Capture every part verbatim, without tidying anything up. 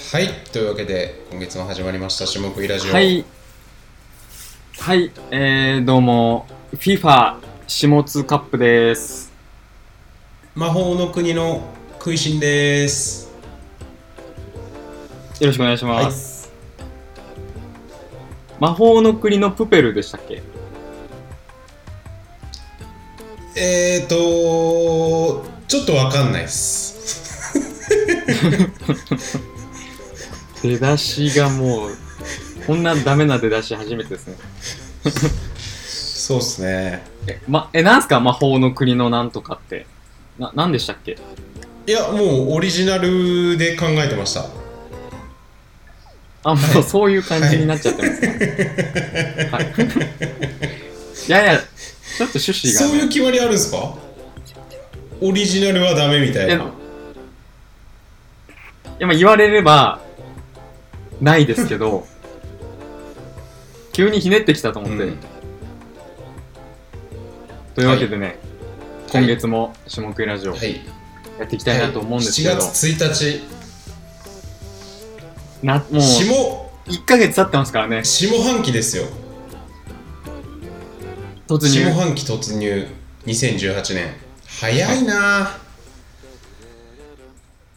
はい、というわけで今月も始まりました下食いラジオ。 はいはい、えー、どうも FIFA 下津カップです。 魔法の国の食いしんです。 よろしくお願いします、はい、魔法の国のプペルでしたっけ？ えーとちょっとわかんないっす出だしがもうこんなダメな出だし初めてですねそうっすね。 え、ま、え、なんすか魔法の国のなんとかってな、なんでしたっけ？ いや、もうオリジナルで考えてました。 あ、もう、はい、そういう感じになっちゃってますか、はいはい、いやいやちょっと趣旨が、ね、 そういう決まりあるんですか？オリジナルはダメみたいな。いや、まあ、言われればないですけど急にひねってきたと思って、うん、というわけでね、はい、今月も下食いラジオやっていきたいなと思うんですけど、はいはい、 しちがつついたちな、もう下いっかげつ経ってますからね。 下半期ですよ。 突入下半期突入にせんじゅうはちねん早いな、はい、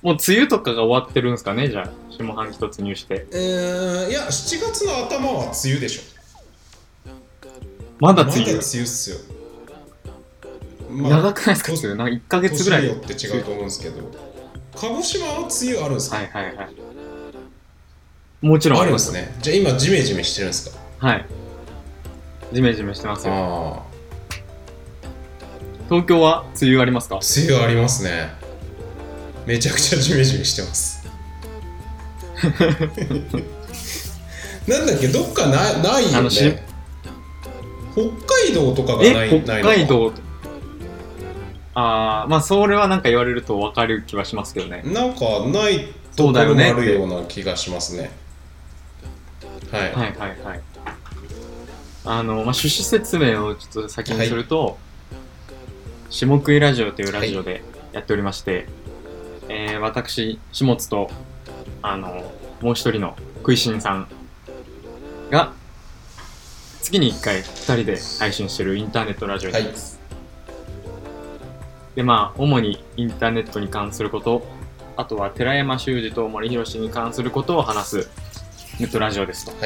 もう梅雨とかが終わってるんですかね。じゃあ下半期突入して、 えー、いやしちがつの頭は梅雨でしょ。 まだ梅雨、 まだ梅雨っすよ、 まあ、長くないですか？梅雨なんかいっかげつぐらい。 年によって違うと思うんですけど、鹿児島は梅雨あるんですか？ はいはいはい、もちろんあるんですね。じゃあ今ジメジメしてるんですか？ はい、ジメジメしてますよ。あ、東京は梅雨ありますか？ 梅雨ありますね。めちゃくちゃジメジメしてますなんだっけ、どっか な, ないよね。北海道とかがない。 え、北海道、あー、まあそれはなんか言われると分かる気はしますけどね。 なんかないところもあるような気がしますね。はい、 はいはいはい。あの、まあ、趣旨説明をちょっと先にすると、はい、下食いラジオというラジオでやっておりまして、はい、えー、私下津とあのもう一人の食いしんさんが月にいっかいふたりで配信しているインターネットラジオです、はい、でまあ主にインターネットに関すること、あとは寺山修司と森博に関することを話すネットラジオですと、はい、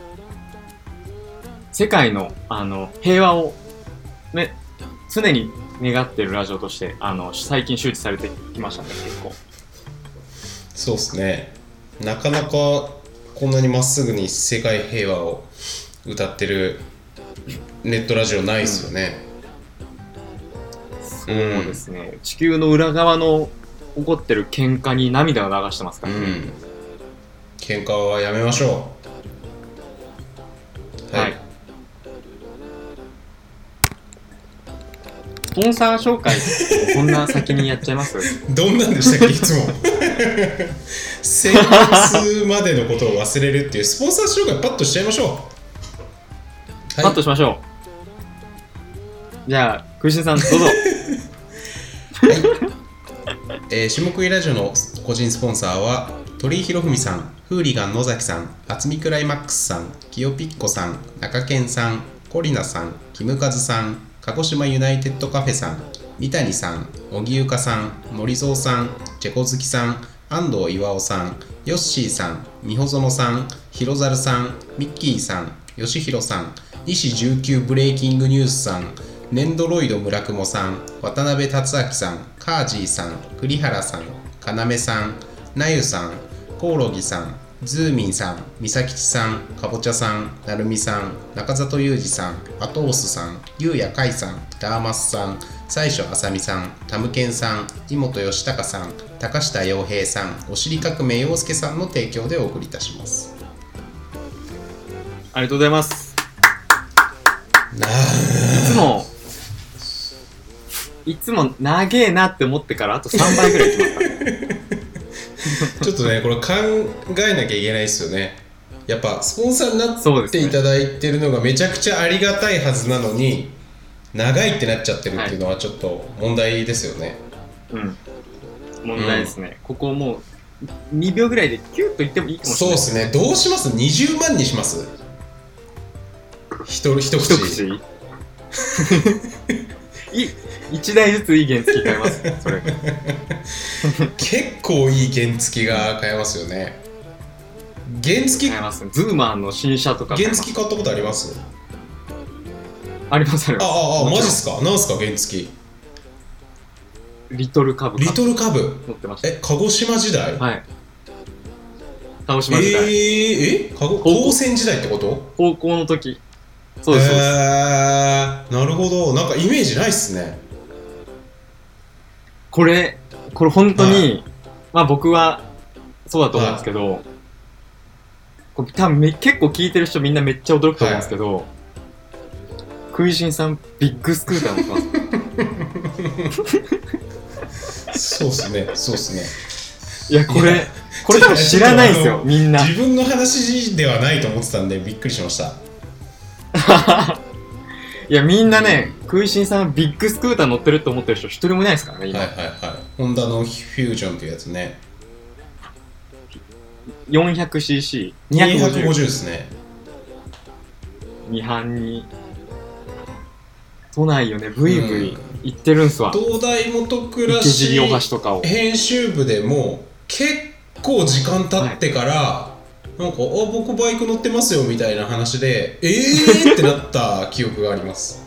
世界の、あの平和を、ね、常に願っているラジオとしてあの最近周知されてきましたね。結構そうですね。なかなかこんなにまっすぐに世界平和を歌ってるネットラジオないですよね、 うん、そうですね、うん、地球の裏側の起こってる喧嘩に涙を流してますからね、うん、 喧嘩はやめましょう。はい、はい、スポンサー紹介こんな先にやっちゃいますどんなんでしたっけいつも先月までのことを忘れるっていうスポンサー紹介パッとしちゃいましょう、はい、 パッとしましょう。じゃあ空心さんどうぞはい、 えー、下食いラジオの個人スポンサーは鳥居博文さん、フーリガン野崎さん、厚みクライマックスさん、きよぴっこさん、中堅さん、コリナさん、キムカズさん、鹿児島ユナイテッドカフェさん、三谷さん、小木ゆかさん、森蔵さん、チェコ好きさん、安藤岩尾さん、ヨッシーさん、みほぞのさん、ひろざるさん、ミッキーさん、よしひろさん、西じゅうきゅうブレイキングニュースさん、ネンドロイド村雲さん、渡辺達明さん、カージーさん、栗原さん、かなめさん、なゆさん、コオロギさん、ズーミンさん、みさきちさん、かぼちゃさん、なるみさん、中里裕二さん、アトースさん、ゆうやかいさん、ダーマスさん、最初あさみさん、たむけんさん、井本義孝さん、高下洋平さん、おしり革命陽介さんの提供でお送りいたします。 ありがとうございます。 なあ、 いつもいつも長えなって思ってからあとさんばいぐらいいきますからねちょっとねこれ考えなきゃいけないですよね。やっぱスポンサーになっていただいてるのがめちゃくちゃありがたいはずなのに長いってなっちゃってるっていうのはちょっと問題ですよね、 はい、うん、問題ですね、うん、ここもうにびょうぐらいでキュッといってもいいかもしれない。 そうですね。どうします？にじゅうまんにします？一人一口。 一口い一台ずついい原付買えますそれ結構いい原付が買えますよね。原付買えます、ね、ズーマーの新車とか原付買ったことあります？ ありますあります。 あああ、マジっすか？なんすか原付？ リトルカブ。 リトルカブ乗ってました。 え、鹿児島時代？ はい、鹿児島時代。 えー、え高高専時代ってこと？ 高校の時。そうです、そうです。 えー、なるほど。なんかイメージないっすね。 これこれ本当に、はい、まあ僕はそうだと思うんですけど、はい、これ多分め結構聞いてる人みんなめっちゃ驚くと思うんですけど、はい、食いしんさんビッグスクーター乗ってますそうっすね、そうっすね。 いやこれいやこれ多分知らないですよみんな。 自分の話ではないと思ってたんでびっくりしましたいやみんなね、うん、食いしんさんビッグスクーター乗ってると思ってる人一人もいないですからね今。 はいはいはい。ホンダのフュージョンっていうやつね。 よんひゃくシーシー、 にひゃくごじゅうですね。 に班に都内よね、ブイブイ行ってるんすわ。 東大元暮らし池尻大橋とかを編集部でも結構時間経ってから、はい、なんかあ僕バイク乗ってますよみたいな話でえーってなった記憶があります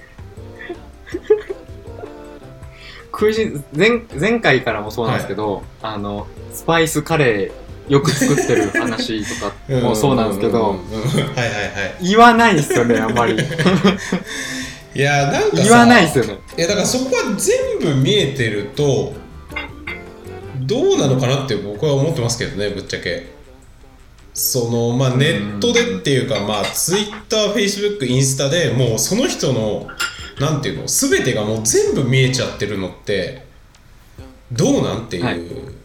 食いしん 前, 前回からもそうなんですけど、はい、あのスパイスカレーよく作ってる話とかもそうなんですけど言わないですよねあんまりいやなんかさ言わないですよね。 いやだからそこは全部見えてるとどうなのかなって僕は思ってますけどね、ぶっちゃけ。そのまあネットでっていうかまあツイッター、フェイスブック、インスタでもうその人のなんていうの全てがもう全部見えちゃってるのってどうなんていう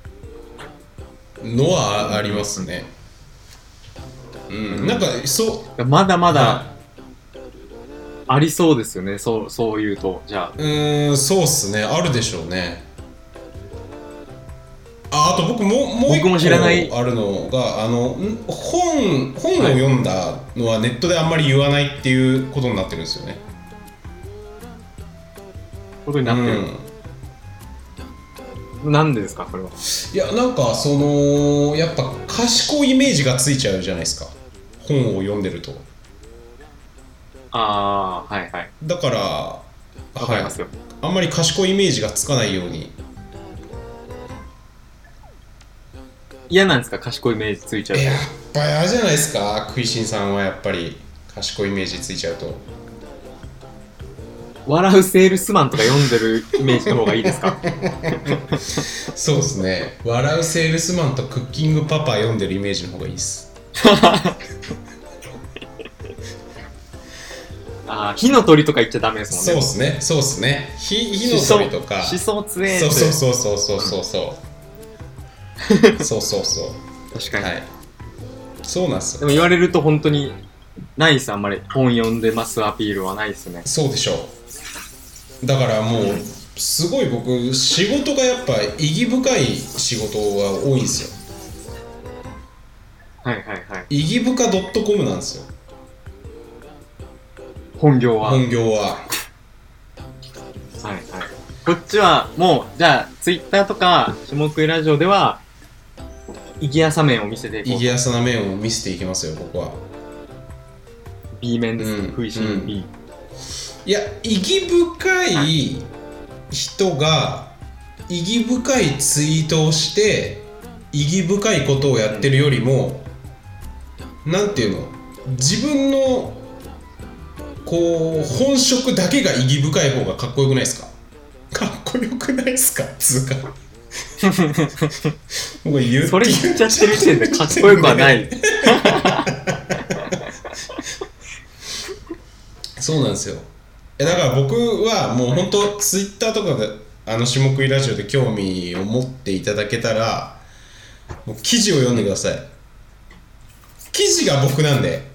のはありますね。うん、うん、なんかそうまだまだありそうですよね。そうそう言うとじゃあうーんそうっすね、あるでしょうね。あ, あと僕ももう一個あるのがあの本本を読んだのはネットであんまり言わないっていうことになってるんですよね。 ことになってる、うん、なんでですかこれは。 いやなんかそのやっぱ賢いイメージがついちゃうじゃないですか、本を読んでると。 ああはいはい。 だからわかりますよ、 はい、あんまり賢いイメージがつかないように。 嫌なんですか賢いイメージついちゃうと。 やっぱりあれじゃないですか、食いしんさんはやっぱり賢いイメージついちゃうと。 笑うセールスマンとか読んでるイメージの方がいいですかそうですね、笑うセールスマンとクッキングパパ読んでるイメージの方がいいですあ、火の鳥とか言っちゃダメですもんね。 そうですね、そうですね、火, 火の鳥とかしそつえそうそうそうそうそうそうそうそうそうそう確かに、はい、 そうなんですよ。 でも言われると本当にないっす。あんまり本読んでますアピールはないっすね。 そうでしょう。だからもう、うん、すごい僕仕事がやっぱ意義深い仕事が多いんですよ。 はいはいはい。 意義深 .com なんですよ、 本業は。 本業ははいはい。こっちはもうじゃあツイッターとか下食いラジオでは意義浅面を見せていこう。 意義浅な面を見せていきますよ僕は。 B 面ですね、食いしん B、うん、 いや意義深い人が意義深いツイートをして意義深いことをやってるよりも、うん、なんていうの、自分のこう本職だけが意義深い方がかっこよくないですか？かっこよくないですかつうかもう言それ言っちゃってる時点でかっこよくはないそうなんですよ。だから僕はもう本当ツイッターとかであの下食いラジオで興味を持っていただけたらもう記事を読んでください。記事が僕なんで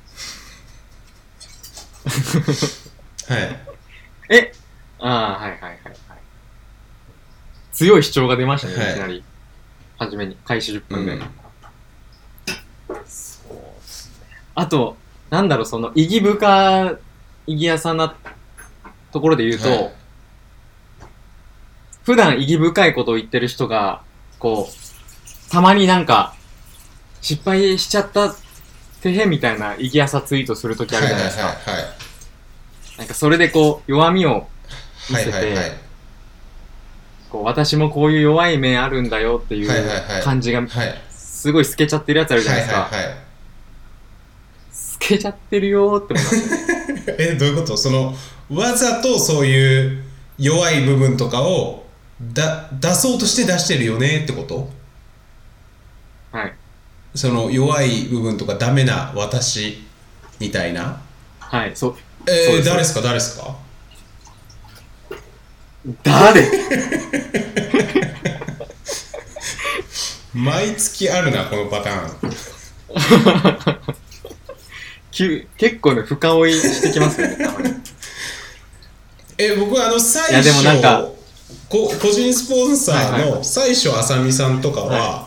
はいえああはいはいはいはい。強い主張が出ましたね、はい、いきなり。 初めに開始じゅっぷんで、 うん、 そうですね。あとなんだろう、その意義深意義浅なところで言うと、はい、普段意義深いことを言ってる人がこうたまになんか失敗しちゃったてへみたいな意義浅ツイートするときあるじゃないですか、はいはいはいはい、なんかそれでこう弱みを見せて、はいはいはい、こう私もこういう弱い面あるんだよっていう感じがすごい透けちゃってるやつあるじゃないですか、はいはいはい、透けちゃってるよーって思いますえ、どういうこと？そのわざとそういう弱い部分とかをだ出そうとして出してるよねってこと？ はい。 その弱い部分とかダメな私みたいな。 はい、そう。 えー、 そうです誰ですか誰ですか？ 誰？ 毎月あるなこのパターン。 き結構ね深追いしてきますよねたまに。 え、僕はあの最初いやでもなんかこ個人スポンサーの最初あさみさんとかは、はい、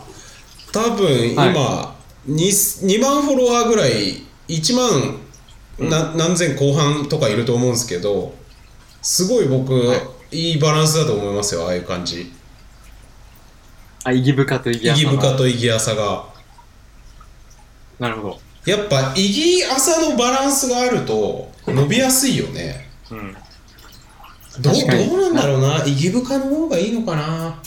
多分今、はい、2, にまんフォロワーぐらいいちまん、うん、な何千後半とかいると思うんですけど、すごい僕、はい、いいバランスだと思いますよ、ああいう感じ。 あ、意義深と意義浅意義深と意義浅が。 なるほど。 やっぱ意義浅のバランスがあると伸びやすいよね。 うん。 ど う, どうなんだろうな、意義深の方がいいのかな。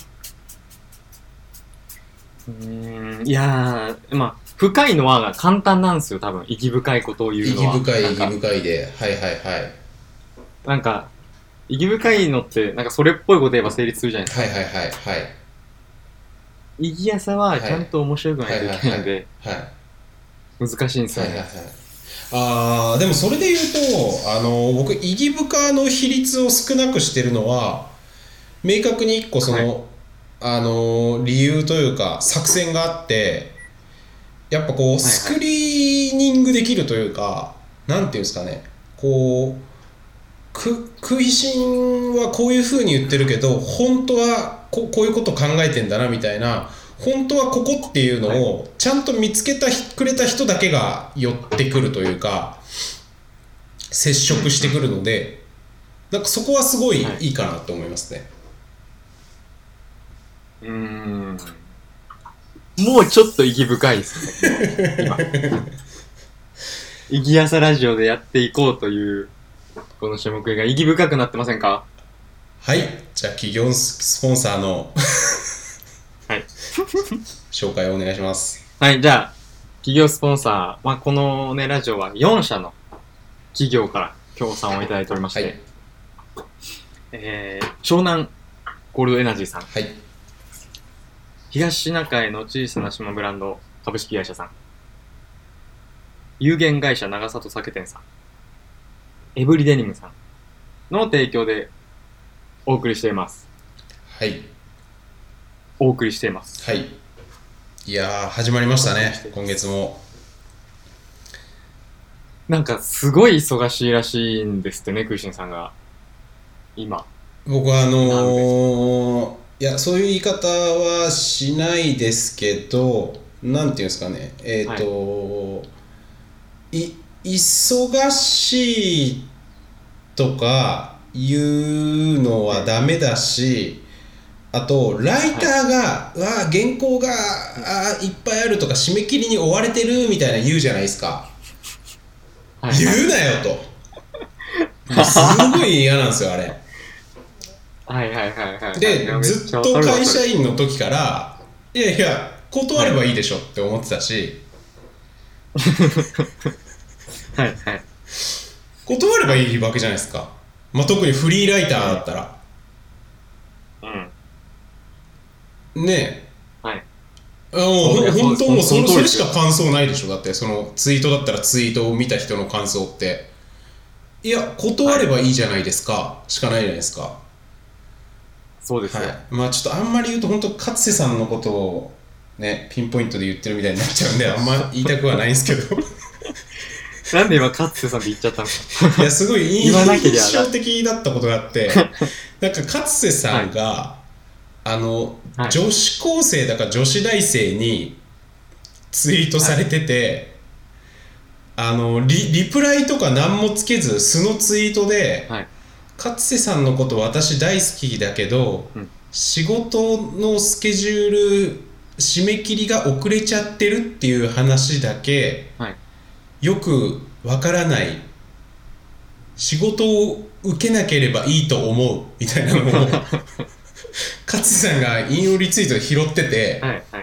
うーん、いやー、まあ深いのは簡単なんですよ、多分。意義深いことを言うのは。 意義深い意義深いで、はいはいはい。 なんか意義深いのってなんかそれっぽいこと言えば成立するじゃないですか。 はいはいはいはい。 意義浅はちゃんと面白くないといけないので、難しいんですよね。はいはいはい、 あーでもそれで言うと、あの僕意義深の比率を少なくしてるのは明確にいっこその、はい、あの理由というか作戦があって、やっぱこうスクリーニングできるというか、はいはい、なんていうんですかね、こうく食いしんはこういう風に言ってるけど本当は こ, こういうこと考えてんだなみたいな、本当はここっていうのをちゃんと見つけてくれた人だけが寄ってくるというか接触してくるので、なんかそこはすごいいいかなと思いますね。 うーん、もうちょっと意義深いですね今意義浅ラジオでやっていこうというこの種目が意義深くなってませんか？ はい、じゃあ企業スポンサーのはい紹介をお願いします。 はい、じゃあ企業スポンサー、まあ、このねラジオはよん社の企業から協賛をいただいておりまして、はい、えー、湘南ゴールドエナジーさん、 はい、 東シナ海の小さな島ブランド株式会社さん、有限会社長里酒店さん、エブリデニムさんの提供でお送りしています。 はい。 お送りしています。 はい。いやー始まりましたね、今月も。 なんかすごい忙しいらしいんですってね、クイシンさんが今。 僕はあのー、いやそういう言い方はしないですけど、なんていうんですかね、えっ、ー、と、はい、い忙しいとか言うのはダメだし、あとライターが、はい、わあ原稿があいっぱいあるとか締め切りに追われてるみたいな言うじゃないですか。はい、言うなよとすごい嫌なんですよあれ。 はいはいはいはい。 でずっと会社員の時からいやいや断ればいいでしょって思ってたし、 はいはい、 断ればいいわけじゃないですか、まあ、特にフリーライターだったら、うん、ねえ、はい、あもう本当もうそれ、それしか感想ないでしょ。だってそのツイートだったらツイートを見た人の感想っていや断ればいいじゃないですか、はい、しかないじゃないですか。 そうですね、はい、 まあちょっとあんまり言うと本当勝瀬さんのことをねピンポイントで言ってるみたいになっちゃうんであんま言いたくはないんですけどなんで今勝瀬さんって言っちゃったの？ いやすごい印象的だったことがあってなんか勝瀬さんが、はあの、 はい、 女子高生だか女子大生にツイートされてて、はい、あの リ, リプライとか何もつけず素のツイートで、はい、勝瀬さんのこと私大好きだけど、うん、仕事のスケジュール締め切りが遅れちゃってるっていう話だけ、はい、よくわからない、仕事を受けなければいいと思うみたいなのを勝瀬さんが引用リツイートで拾ってて、はいはい、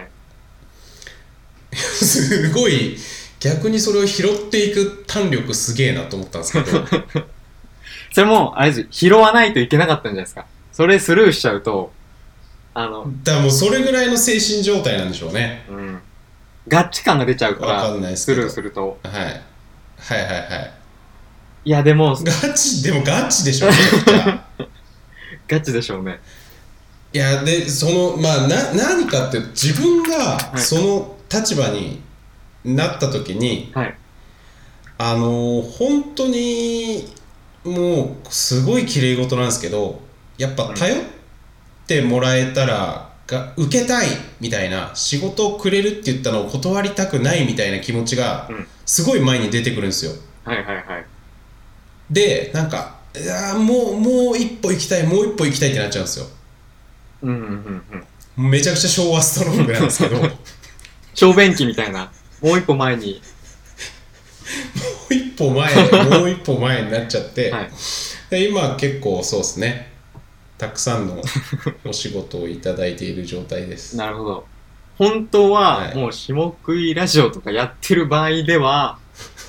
すごい逆にそれを拾っていく胆力すげえなと思ったんですけどそれもあれです、拾わないといけなかったんじゃないですか。それスルーしちゃうと、あのだからもうそれぐらいの精神状態なんでしょうね、 うん、ガッチ感が出ちゃうからわかんないですけどスルーすると、 はい、はいはいはいいやでもガチでもガチでしょうねガチでしょうね。 いやでそのまあな何かって自分がその立場になった時に、はい、あの本当にもうすごい綺麗事なんですけど、やっぱ頼ってもらえたらが受けたいみたいな、仕事をくれるって言ったのを断りたくないみたいな気持ちがすごい前に出てくるんですよ、 うん、はいはいはい。 でなんかいやもうもう一歩行きたいもう一歩行きたいってなっちゃうんですよ。 うんうんうんうん、めちゃくちゃ昭和ストロングなんですけど小便器みたいな、もう一歩前にもう一歩前もう一歩前になっちゃって、はい、で今結構そうですね、たくさんのお仕事をいただいている状態ですなるほど。本当はもう下食いラジオとかやってる場合では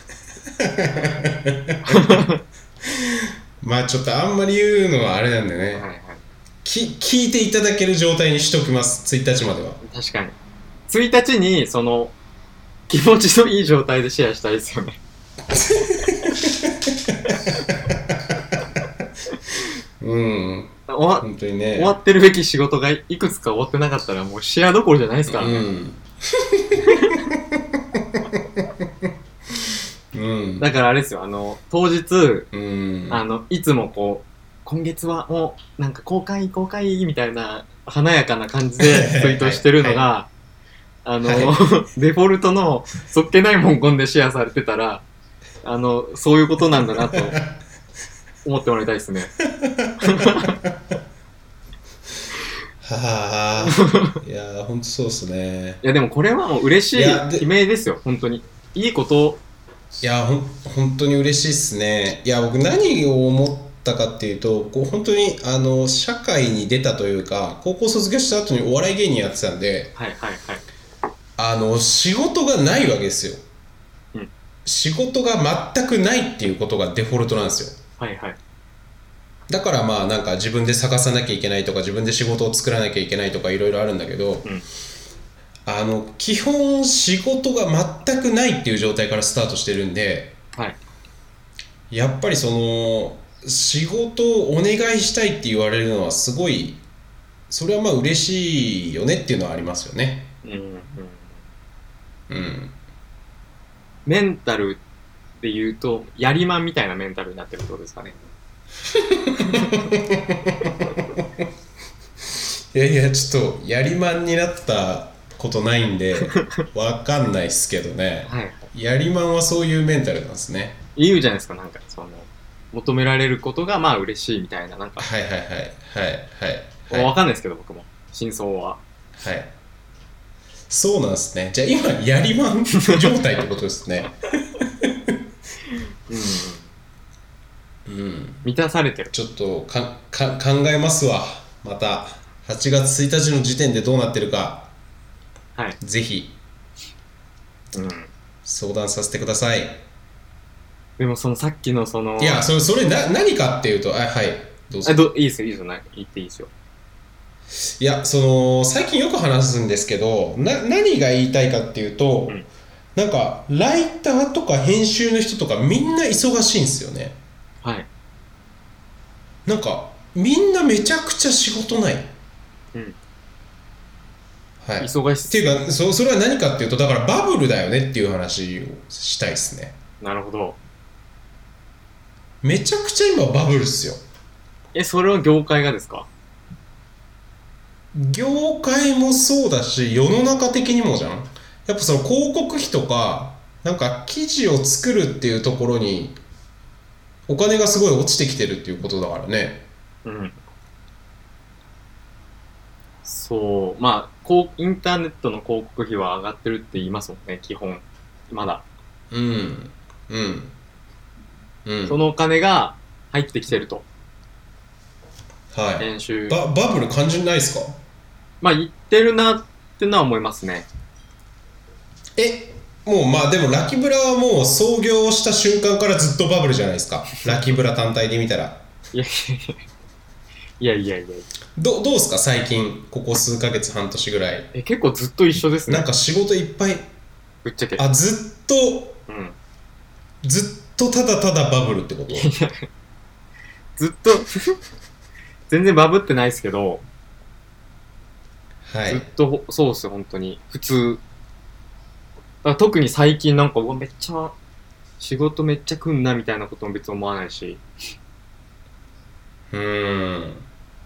まあちょっとあんまり言うのはあれなんでね、はいはい、き聞いていただける状態にしておきます。ついたちまでは。 確かについたちにその気持ちのいい状態でシェアしたいですよねうん終わ本当にね、 終わってるべき仕事がいくつか終わってなかったらもうシェアどころじゃないですからね、うんうん、だからあれですよ、あの当日、うん、あのいつもこう今月はもうなんか公開公開みたいな華やかな感じでツイートしてるのが、はい、あの、はい、デフォルトのそっけない文言でシェアされてたら、あのそういうことなんだなと思ってもらいたいですねはあいやほんとそうですね。 いやでもこれはもう嬉しい悲鳴ですよ、本当にいいこといやほん本当に嬉しいですね。いや僕何を思ったかっていうと、こう本当にあの社会に出たというか、高校卒業した後にお笑い芸人やってたんで、はいはいはい、あの仕事がないわけですよ、うん、仕事が全くないっていうことがデフォルトなんですよ。はいはい。だからまあなんか自分で探さなきゃいけないとか、自分で仕事を作らなきゃいけないとかいろいろあるんだけど、うん、あの基本仕事が全くないっていう状態からスタートしてるんで、はい、やっぱりその仕事をお願いしたいって言われるのはすごい、それはまあ嬉しいよねっていうのはありますよね。うんうんうん。メンタルで言うとやりまんみたいなメンタルになってるってことですかね。 いやいやちょっとやりまんになったことないんでわかんないっすけどね、はい、やりまんはそういうメンタルなんですね。 言うじゃないですか、なんかその求められることがまあ嬉しいみたいな、なんかはいはいはいはいはい、 はい、わかんないですけど僕も真相は。はいそうなんですね。じゃあ今やりまん状態ってことですね。 うん、うん、満たされてる。 ちょっとかか考えますわ。またはちがつついたちの時点でどうなってるか、はい、ぜひ、うん、相談させてください。 でもそのさっきのそのいやそれそれな何かっていうと、あはいどうぞ。あどいいですよいいですよ、言っていいですよ。 いやその最近よく話すんですけど、な何が言いたいかっていうと、うん、なんかライターとか編集の人とかみんな忙しいんですよね。はい。なんかみんなめちゃくちゃ仕事ない。うん。はい。忙しい。っていうか そ, それは何かっていうと、だからバブルだよねっていう話をしたいですね。 なるほど。 めちゃくちゃ今バブルっすよ。 えそれは業界がですか？ 業界もそうだし世の中的にもじゃん。やっぱその広告費とかなんか記事を作るっていうところにお金がすごい落ちてきてるっていうことだからね。 うん。そう、まあこうインターネットの広告費は上がってるって言いますもんね、基本まだ。 うんうんうん。 そのお金が入ってきてると。 はい。 編集。 ババブル感じないですか？ まあ言ってるなってのは思いますね。 え、もうまあでもラキブラはもう創業した瞬間からずっとバブルじゃないですか。ラキブラ単体で見たら。 いやいやいやいやいや。 ど, どうですか最近ここ数ヶ月半年ぐらい。 え、結構ずっと一緒ですね。 なんか仕事いっぱい。 ぶっちゃけ。 あ、ずっと、 うん、 ずっとただただバブルってこと？ ずっと全然バブってないですけど、 はい、 ずっとそうっすよ本当に普通。だから特に最近なんかうわめっちゃ仕事めっちゃ来んなみたいなことも別に思わないし。 うーん。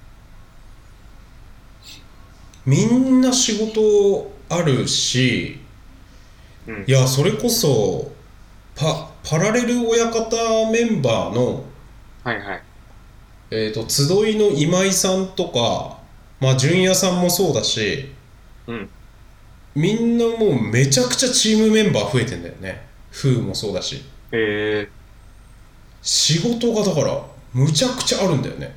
みんな仕事あるし、うん、いやそれこそパパラレル親方メンバーの、 はいはい、 えーと集いの今井さんとか、まあ純也さんもそうだし、 うん、 みんなもうめちゃくちゃチームメンバー増えてんだよね。風もそうだし。 へえ。 仕事がだからむちゃくちゃあるんだよね。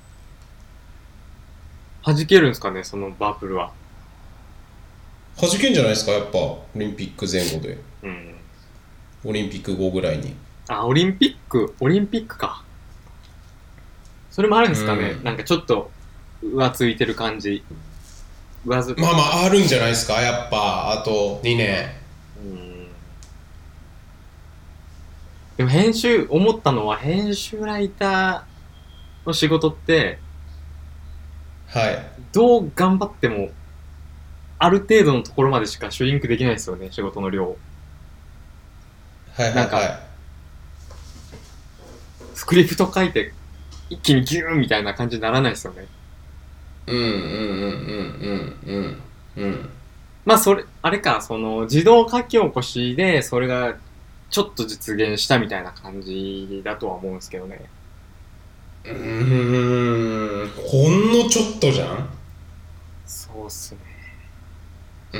弾けるんですかねそのバブルは。 弾けんじゃないですかやっぱオリンピック前後で、うん、オリンピック後ぐらいに。 あ、オリンピックオリンピックか。それもあるんですかね、うん、なんかちょっと浮ついてる感じ。 まあまああるんじゃないですかやっぱあとにねん。うん。 でも編集思ったのは編集ライターの仕事ってはいどう頑張ってもある程度のところまでしかシュリンクできないですよね仕事の量。 はいはいはい。なんかスクリプト書いて一気にギューンみたいな感じにならないですよね。 うんうんうんうんうんうんうん。 まあそれあれかその自動書き起こしでそれがちょっと実現したみたいな感じだとは思うんですけどね。 うーん、ほんのちょっとじゃん。 そうっすね。 うん。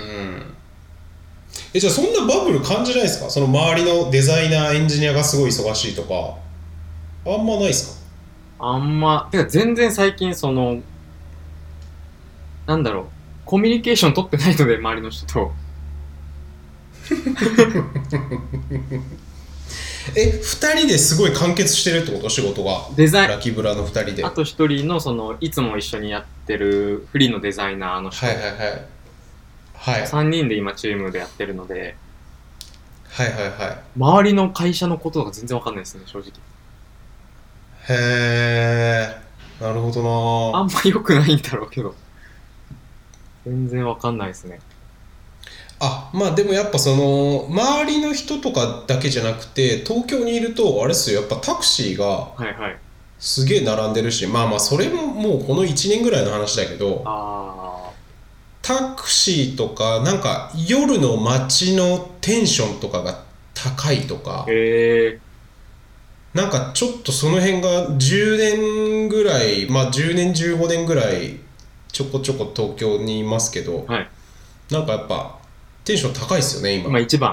え、じゃあそんなバブル感じないですか？その周りのデザイナーエンジニアがすごい忙しいとかあんまないですか？ あんまてか全然最近そのなんだろうコミュニケーション取ってないので周りの人とえ、ふたりですごい完結してるってこと？仕事がデザインラキブラのふたりで。 あとひとりのそのいつも一緒にやってるフリーのデザイナーの人、 はいはいはいはい、 さんにんで今チームでやってるので、 はいはいはい、 周りの会社のことが全然わかんないですね正直。 へー、なるほどな。 あんま良くないんだろうけど全然わかんないですね。 あ、まあでもやっぱその周りの人とかだけじゃなくて東京にいるとあれっすよやっぱタクシーがすげえ並んでるし、まあまあそれももうこのいちねんぐらいの話だけど、 あタクシーとかなんか夜の街のテンションとかが高いとか、 へー、 なんかちょっとその辺がじゅうねんぐらい、まあじゅうねんじゅうごねんぐらいちょこちょこ東京にいますけど、 はい、 なんかやっぱテンション高いですよね今。 今一番。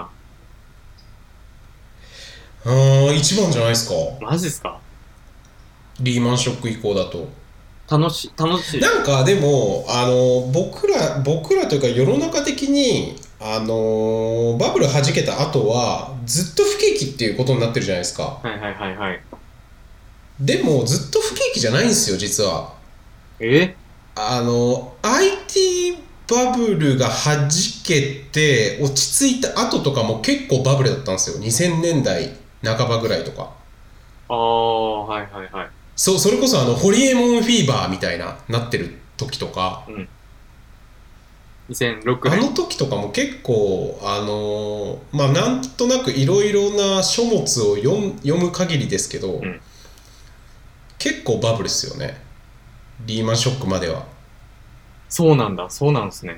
あー一番じゃないですか。 マジですか？ リーマンショック以降だと楽しい楽しい。 なんかでもあの僕ら僕らというか世の中的にあのバブル弾けた後はずっと不景気っていうことになってるじゃないですか。 はいはいはいはい。 でもずっと不景気じゃないんですよ実は。 え？ あの アイティー バブルが弾けて落ち着いた後とかも結構バブルだったんですよ。にせんねんだいなかばぐらいとか。 ああはいはいはい。 そ, それこそあのホリエモンフィーバーみたいななってる時とか、うん、 にせんろくねんあの時とかも結構あのー、まあなんとなくいろいろな書物を 読, 読む限りですけど、うん、結構バブルですよねリーマンショックまでは。 そうなんだ、そうなんですね。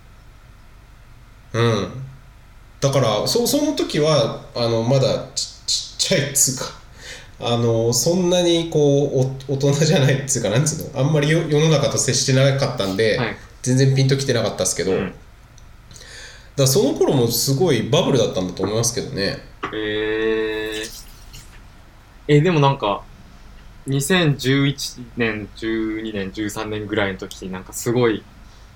うん。だからそその時はあのまだちちっちゃいっつうか、あのそんなにこうお大人じゃないっつうか、なんつうの、あんまりよ世の中と接してなかったんで、 はい。 全然ピンときてなかったですけど、 うん。 だからその頃もすごいバブルだったんだと思いますけどね。 えー、え、でもなんか、にせんじゅういちねん、じゅうにねん、じゅうさんねんぐらいの時になんかすごい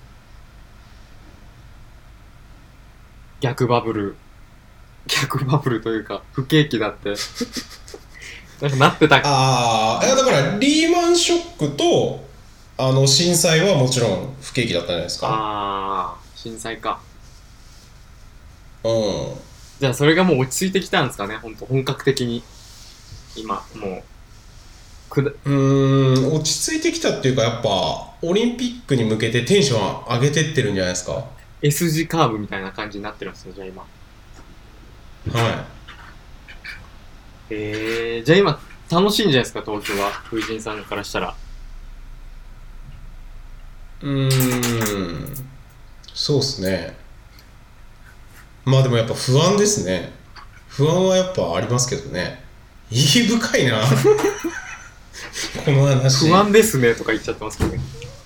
逆バブル、逆バブルというか不景気だってなんかなってた。 ああ、いやだからリーマンショックとあの震災はもちろん不景気だったんじゃないですか。 あー、震災か。 うん。 じゃあそれがもう落ち着いてきたんですかね、ほんと本格的に。今、もう、くだ、 うーん、落ち着いてきたっていうか、やっぱオリンピックに向けてテンション上げてってるんじゃないですか。 S 字カーブみたいな感じになってるんですよ、じゃあ今。 はえー、じゃあ今、楽しいんじゃないですか、東京は。風神さんからしたら。 い。うーん、そうっすね。まあでもやっぱ不安ですね。不安はやっぱありますけどね。意義深いなこの話。 不安ですねとか言っちゃってますけどね。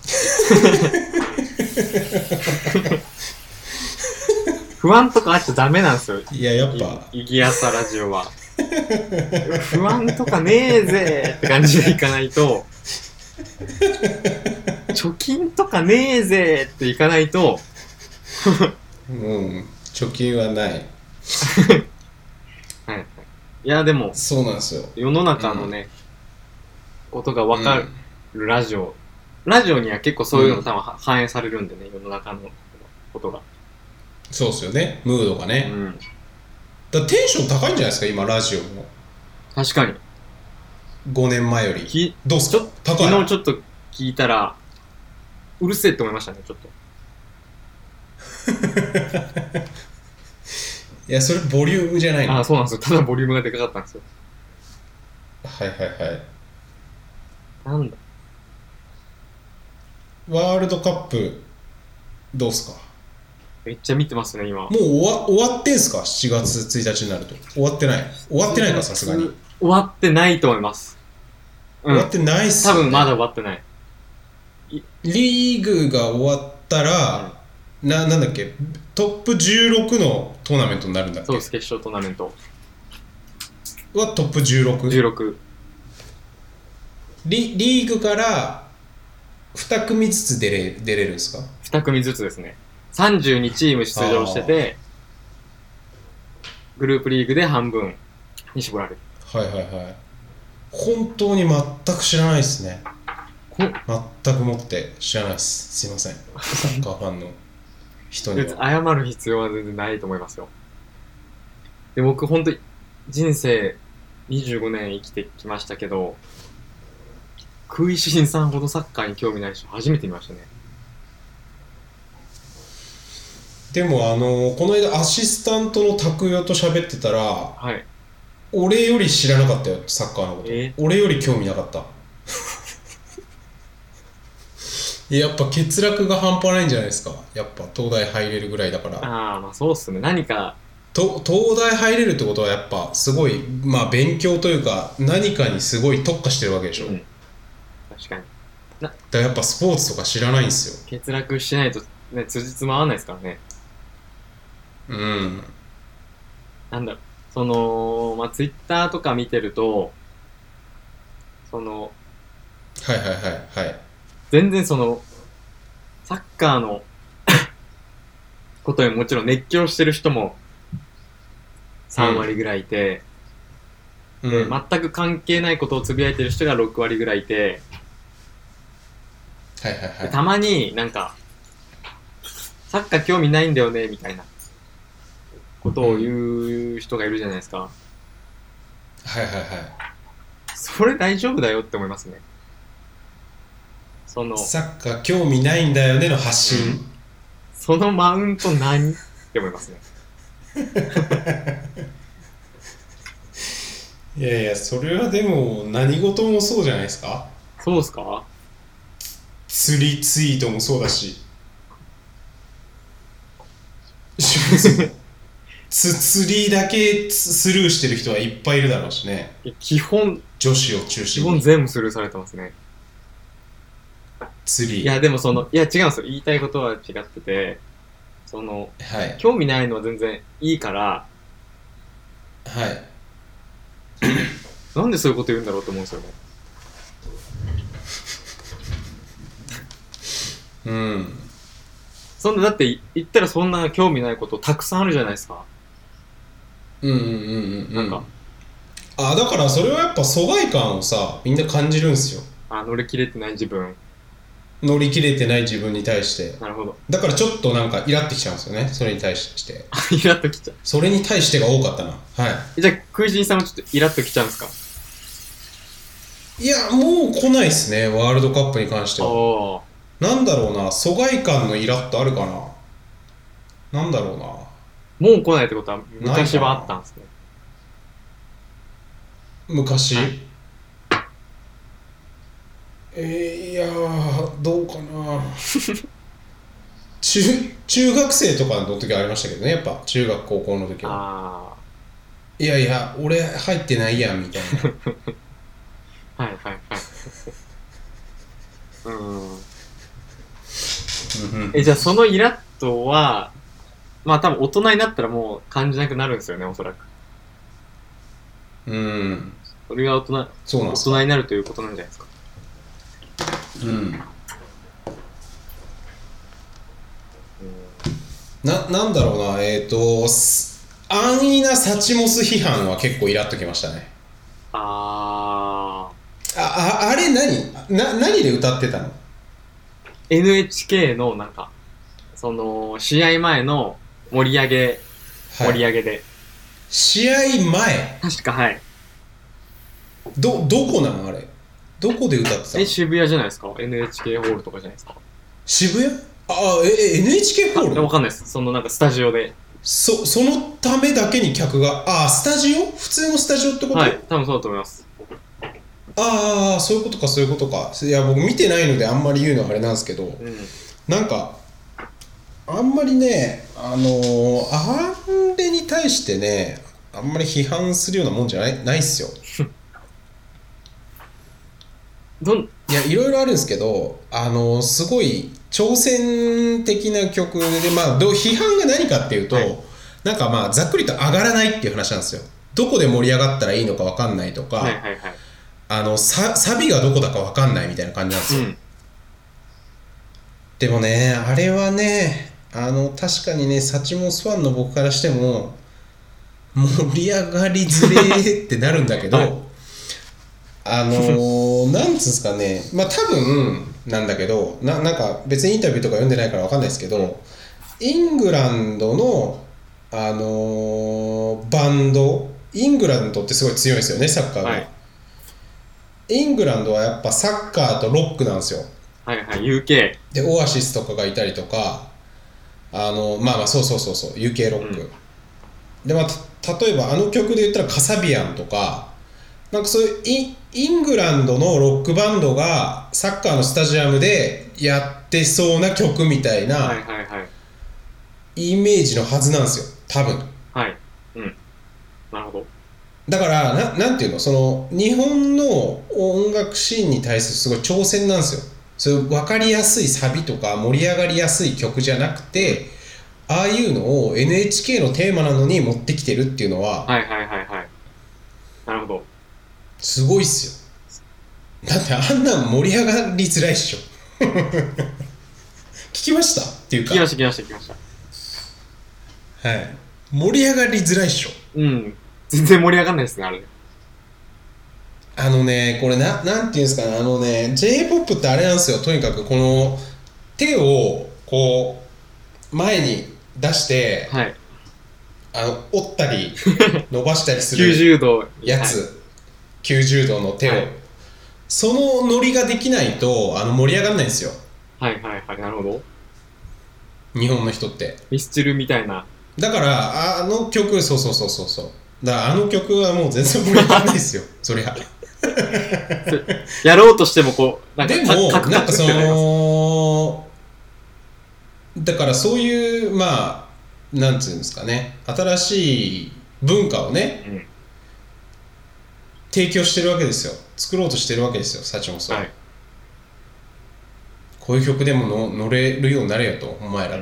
不安とかあっちゃダメなんですよ。 いややっぱい、いぎやさラジオは。不安とかねえぜって感じでいかないと、貯金とかねえぜっていかないと、 うん、貯金はない。 はい。いやでも、 そうなんですよ。 世の中のね、うん、ことが分かるラジオ、うん、ラジオには結構そういうのが多分反映されるんでね、世の中のことが。 そうっすよね、ムードがね。うん、だからテンション高いんじゃないですか今ラジオも。 確かにごねんまえより。 きどうっすか？高い。 昨日ちょっと聞いたらうるせえって思いましたね、ちょっと。 いやそれボリュームじゃないの。 ああ、そうなんですよ。ただボリュームがでかかったんですよ。 はいはいはい。 なんだ、 ワールドカップどうっすか？ めっちゃ見てますね今。 もう終わ終わってんすか？しちがつついたちになると。終わってない終わってないか、さすがに。 終わってないと思います、 うん、終わってないっすよね。 多分まだ終わってない。 リーグが終わったら、うん、な, なんだっけトップじゅうろくのトーナメントになるんだっけ。 そうです、決勝トーナメントはトップじゅうろく。 じゅうろく。 リ, リーグからに組ずつ出れ出れるんですか？ に組ずつですね。さんじゅうにチーム出場してて、グループリーグで半分に絞られる。 はいはいはい。本当に全く知らないですね。全くもって知らないです。すいません、サッカーファンの人には。 謝る必要は全然ないと思いますよ。で、僕本当に人生にじゅうごねん生きてきましたけど、食いしんさんほどサッカーに興味ない人初めて見ましたね。 でもあのこの間アシスタントの拓代と喋ってたら、 はい、 俺より知らなかったよ、サッカーのこと。 えー、 俺より興味なかった。やっぱ欠落が半端ないんじゃないですか。やっぱ東大入れるぐらいだから。 ああ、まあそうっすね。何かと東大入れるってことはやっぱすごい、まあ勉強というか何かにすごい特化してるわけでしょ。うん、 確かに。 だからやっぱスポーツとか知らないんですよ。 欠落しないとね、辻褄合わないですからね。 うん。 なんだろう、そのまあツイッターとか見てると、そのはいはいはいはい。 全然そのサッカーのことにもちろん熱狂してる人もさん割ぐらいいて、うん、で全く関係ないことをつぶやいてる人がろく割ぐらいいて、 はいはいはい、 たまになんかサッカー興味ないんだよねみたいなことを言う人がいるじゃないですか。 はいはいはい。 それ大丈夫だよって思いますね。そのサッカー興味ないんだよねの発信、うん、 そのマウント何って思いますね。 いやいや、それはでも何事もそうじゃないですか。 そうですか。 釣りツイートもそうだしつ釣りだけスルーしてる人はいっぱいいるだろうしね。 基本女子を中心に基本全部スルーされてますね。 釣り。 いやでもそのいや違うんですよ。言いたいことは違ってて、その、 はい、 興味ないのは全然いいから、 はいなんでそういうこと言うんだろうと思うんですよね。 うん。 そんなだって言ったらそんな興味ないことたくさんあるじゃないですか。 うんうんうんうん。 なんか。 あ、だからそれはやっぱ疎外感をさ、みんな感じるんですよ。 あ、乗り切れてない自分。 乗り切れてない自分に対して。 なるほど。 だからちょっとなんかイラってきちゃうんですよね。それに対して。 イラっときちゃう。 それに対してが多かったな。はい。 じゃあ、クイジンさんもちょっとイラっときちゃうんですか？ いや、もう来ないっすね。ワールドカップに関しては。 ああ。 なんだろうな、疎外感のイラッとあるかな。なんだろうな。 もう来ないってことは昔はあったんですね。 昔、 はい、 えー、いやーどうかな中中学生とかの時はありましたけどね。やっぱ中学高校の時は。あいやいや俺入ってないやんみたいなはいはいはいうんえ、じゃあそのイラッとは、まあ多分大人になったらもう感じなくなるんですよね、おそらく。 うん。 それが大人、そうなんですか。大人になるということなんじゃないですか。 うん。な、なんだろうな、えっ、ー、と、安易なサチモス批判は結構イラっときましたね。 あー。あ、あ、あれ何な、何で歌ってたの？ エヌエイチケー のなんか、その、試合前の盛り上げ、盛り上げで。はい、 試合前？ 確か、はい。 ど、どこなのあれ？どこで歌ってたの？ え、渋谷じゃないですか？ エヌエイチケー ホールとかじゃないですか？ 渋谷？あ、え、エヌエイチケー ホール？ わかんないです。そのなんかスタジオで。 そ、そのためだけに客が、あ、スタジオ？普通のスタジオってこと？ はい、多分そうだと思います。 ああ、そういうことか、そういうことか。いや、僕見てないのであんまり言うのはあれなんですけど、うん、なんか、あんまりね、あのー、あれに対してね、あんまり批判するようなもんじゃない、ないっすよ。どんいや、いろいろあるんですけど、あのー、すごい挑戦的な曲で、まあ、ど批判が何かっていうと、はい、なんかまあ、ざっくりと上がらないっていう話なんですよ。どこで盛り上がったらいいのか分かんないとか、はいはいはい、あのサ、サビがどこだか分かんないみたいな感じなんですよ、うん、でもね、あれはね、あの確かにね、サチモスファンの僕からしても盛り上がりづれーってなるんだけど、はい、あのー、なんつうんですかね、まあ多分なんだけど な, なんか別にインタビューとか読んでないから分かんないですけど、イングランドの、あのー、バンド、イングランドってすごい強いんですよね、サッカーが、はい、イングランドはやっぱサッカーとロックなんですよ。 はいはい、ユーケーでオアシスとかがいたりとか、あのまあまあそうそうそうそう ユーケー ロック、うん、でまあ例えばあの曲で言ったらカサビアンとか、なんかそういうイイングランドのロックバンドがサッカーのスタジアムでやってそうな曲みたいなイメージのはずなんですよ、多分。 はい、うん、なるほど。 だからな、なんていうの、その日本の音楽シーンに対するすごい挑戦なんですよ。そういう分かりやすいサビとか盛り上がりやすい曲じゃなくて、ああいうのを エヌエイチケー のテーマなのに持ってきてるっていうのは、 はいはいはいはい、なるほど、 すごいっすよ。だってあんなん盛り上がりづらいっしょ聞きましたっていうか、 聞きました聞きました聞きました。はい、盛り上がりづらいっしょ。 うん、全然盛り上がんないですね、あれ。 あのね、これな、なんていうんですかね、あのね、J-ポップ ってあれなんですよ。とにかくこの手をこう前に出して、はい、あの折ったり伸ばしたりするきゅうじゅうどやつ、はい、きゅうじゅうどの手を、はい、そのノリができないとあの盛り上がらないんですよ。 はいはいはい、なるほど。 日本の人ってミスチルみたいな。 だからあの曲、そうそうそうそうそう、だからあの曲はもう全然盛り上がらないですよそりゃやろうとしてもこうなんかでもカクカクってなります。 なんかそのだからそういうまあなんつうんですかね、新しい文化をね、うん、提供してるわけですよ。作ろうとしてるわけですよ、サチモスは、はい、こういう曲でもの乗れるようになれよと、お前らと、うん、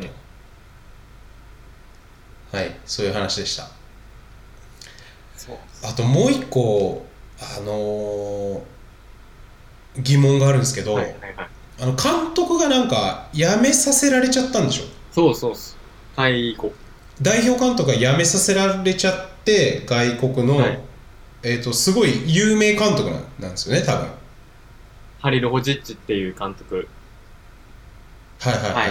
はい、そういう話でした。そうあともう一個あのー、疑問があるんですけど、はいはいはい、あの監督がなんか辞めさせられちゃったんでしょ。 そうそうはい代表監督が辞めさせられちゃって外国の、はい、えーとすごい有名監督なんですよね多分。 ハリル・ホジッチっていう監督はいはいはい、はい、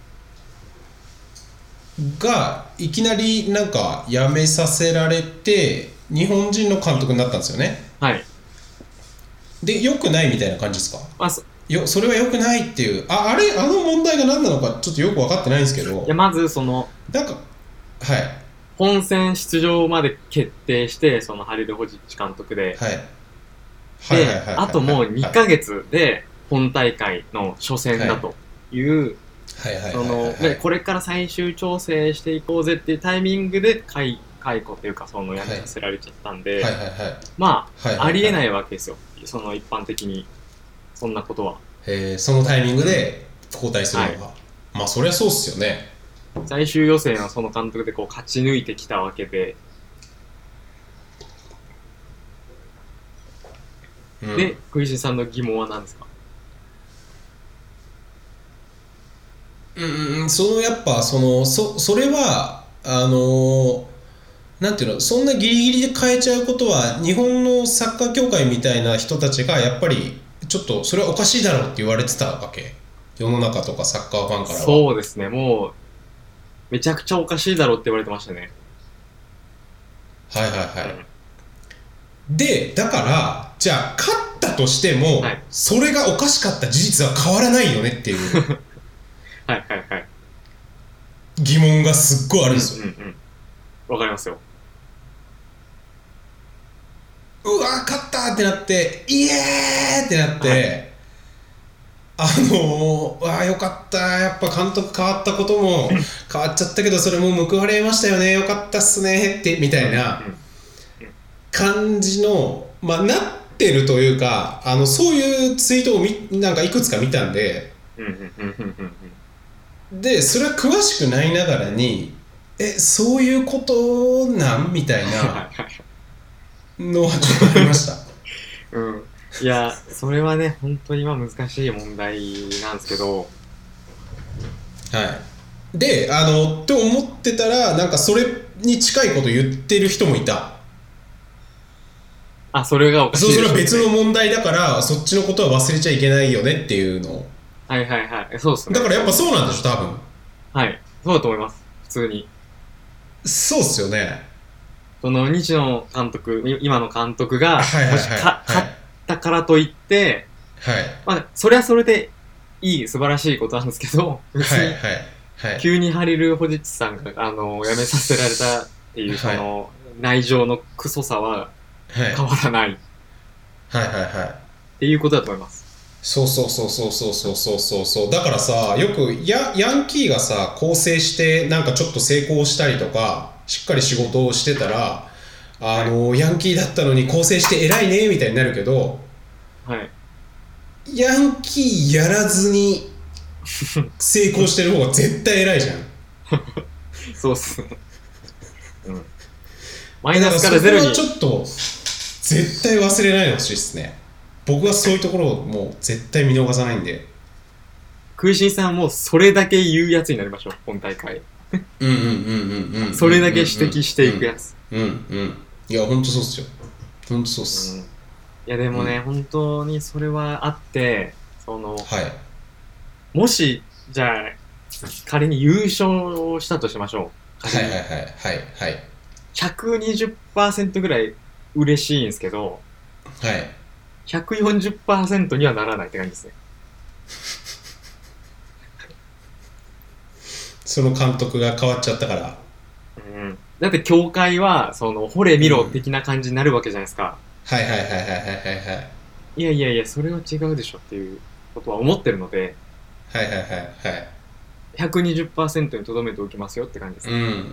がいきなりなんか辞めさせられて日本人の監督になったんですよね。 はいで良くないみたいな感じですか。 あそよそれは良くないっていう あ, あれあの問題が何なのかちょっとよく分かってないんですけど。 いやまずそのなんかはい本戦出場まで決定してそのハリル・ホジッチ監督で、 はい、 で、はいはいはいはい、あともうにかげつで本大会の初戦だというこれから最終調整していこうぜっていうタイミングで解解雇というかそのやめさせられちゃったんで、はいはいはいはい、まあ、はいはいはい、ありえないわけですよ、その一般的にそんなことは。 へそのタイミングで交代するのが、はい、まあそりゃそうっすよね。 最終予選はその監督でこう勝ち抜いてきたわけで、うん、でクイシンさんの疑問は何ですか。 うん、そのやっぱその そ, それはあのなんていうの、そんなギリギリで変えちゃうことは日本のサッカー協会みたいな人たちがやっぱりちょっとそれはおかしいだろうって言われてたわけ、世の中とかサッカーファンからは。 そうですね、もうめちゃくちゃおかしいだろうって言われてましたね。 はいはいはい、うん、でだからじゃあ勝ったとしても、はい、それがおかしかった事実は変わらないよねっていうはいはいはい疑問がすっごいあるんですよ。 うんうんうん、わかりますよ。 うわー勝ったってなってイエーってなって、はい、あのー、わーよかった、やっぱ監督変わったことも変わっちゃったけどそれも報われましたよね、よかったっすねってみたいな感じの、まあなってるというか、あのそういうツイートをみなんかいくつか見たんで、でそれは詳しくないながらにえそういうことなんみたいなのはちょっとありました、 うん、いやそれはね本当に今難しい問題なんですけど、 はいであのって思ってたらなんかそれに近いこと言ってる人もいた。 あ、それがおかしいでしょうね。 それは別の問題だからそっちのことは忘れちゃいけないよねっていうのを。 はいはいはい、そうですね。 だからやっぱそうなんでしょ多分。 はい、そうだと思います。普通に。 そうっすよね。 その西野監督、今の監督が、はいはいはい、もしか、勝ったからといって、 はい、 まあ、それはそれでいい素晴らしいことなんですけど、別に、はいはいはい、急にハリル・ホジッチさんがあの辞めさせられたっていう、その、はい、内情のクソさは変わらない、 はい、はいはいはいっていうことだと思います。 そうそうそうそうそうそうそうそうそうだからさ、よく ヤ, ヤンキーがさ構成してなんかちょっと成功したりとかしっかり仕事をしてたら、あのヤンキーだったのに構成して偉いねみたいになるけど、 はい、 ヤンキーやらずに成功してる方が絶対偉いじゃんそうっすね、うん、マイナスからゼロに。 そこはちょっと絶対忘れないでほしいっすね。僕はそういうところをもう絶対見逃さないんで。 クイシンさんもそれだけ言うやつになりましょう、本大会。 うんうんうんうんうん。 それだけ指摘していくやつ。 うんうん。いや本当そうっすよ。本当そうっす。うん、いやでもね、うん、本当にそれはあって、その、 はい、 もしじゃあ仮に優勝したとしましょう。 はいはいはいはいはい。 ひゃくにじゅっパーセント ぐらい嬉しいんですけど。 はい。 ひゃくよんじゅっパーセント にはならないって感じですね。 その監督が変わっちゃったから。 うん。だって協会はそのほれ見ろ的な感じになるわけじゃないですか。 はいはいはいはいはいはいはいいやいやいやそれは違うでしょっていうことは思ってるので、 はいはいはいはい。 ひゃくにじゅっパーセント にとどめておきますよって感じです、 うんうん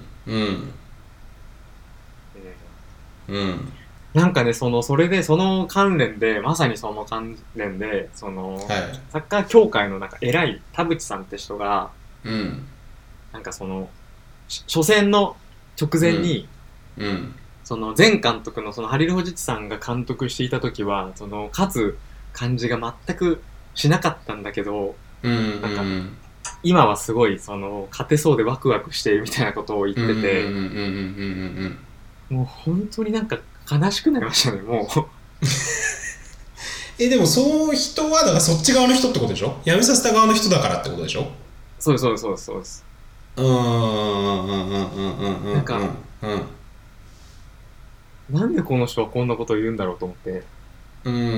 えー、うん。 ー、なんかね、そのそれでその関連でまさにその関連でその、 はい。 サッカー協会のなんか偉い田淵さんって人が、 うん。 なんかその初戦の直前に、 うん。うん、 その前監督のそのハリル・ホジッチさんが監督していた時はその勝つ感じが全くしなかったんだけど、 うん、 なんか今はすごいその勝てそうでワクワクしているみたいなことを言ってて、もう本当になんか悲しくなりましたね、もうえ、でもその人はだからそっち側の人ってことでしょ？辞めさせた側の人だからってことでしょ？ そうですそうですそうですそうです。 うーんうんうんうんうんうんうん。 なんか、うん、なんでこの人はこんなことを言うんだろうと思って。 うんうん。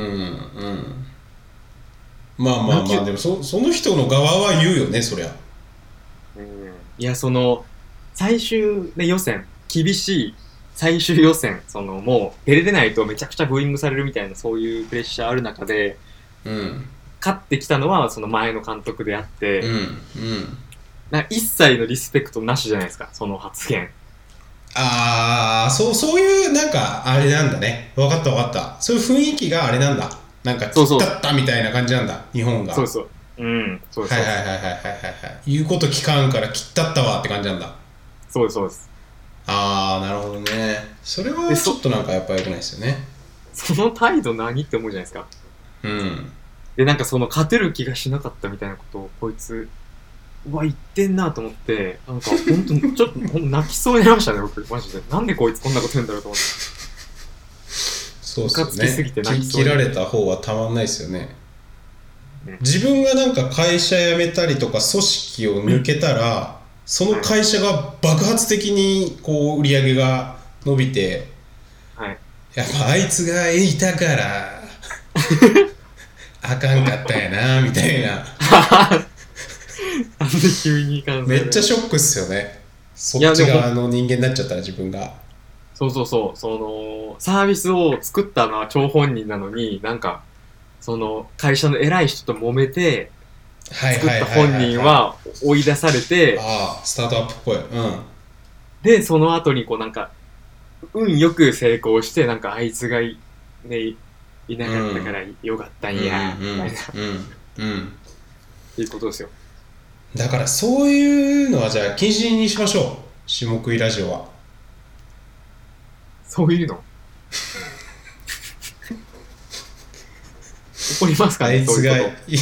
まあまあまあ、でも そ, その人の側は言うよね、そりゃ。 うん、いや、その最終で予選厳しい最終予選、そのもう出れないとめちゃくちゃブーイングされるみたいなそういうプレッシャーある中で、 うん、 勝ってきたのはその前の監督であって、 うんうん、 なんか一切のリスペクトなしじゃないですか、その発言。 ああ、そうそういうなんかあれなんだね。分かった分かった。そういう雰囲気があれなんだ。なんか切ったったみたいな感じなんだ、日本が。 そうそう。うん、そうです。 はいはいはいはいはいはいはい。言うこと聞かんから切ったったわって感じなんだ。 そうですそうです。 ああ、なるほどね。それはちょっとなんかやっぱ良くないですよね。 その態度何って思うじゃないですか。 うん。 で、なんかその勝てる気がしなかったみたいなことをこいつ、うわ、言ってんなと思って、なんか本当にちょっとほん泣きそうになりましたね、僕。マジで。なんでこいつこんなこと言うんだろうと思って。 そうっすよね。 ムカつきすぎて泣きそう切られた方はたまんないですよね。自分がなんか会社辞めたりとか組織を抜けたら、うん、その会社が爆発的にこう売り上げが伸びて、はい、やっぱあいつがいたからあかんかったやなみたいななんで急にめっちゃショックっすよね、そっち側の人間になっちゃったら自分が。 そうそうそう、そのサービスを作ったのは張本人なのに、なんかその会社の偉い人と揉めて作った本人は追い出されて、 ああスタートアップっぽい、うん、 でその後にこうなんか運よく成功して、なんかあいつが い,、ね、いなかったからよかったんや、みたいな、うんうんうん、っていうことですよ。 だからそういうのはじゃあ禁止にしましょう、下食いラジオは。 そういうの怒りますかね、 あいつがそういう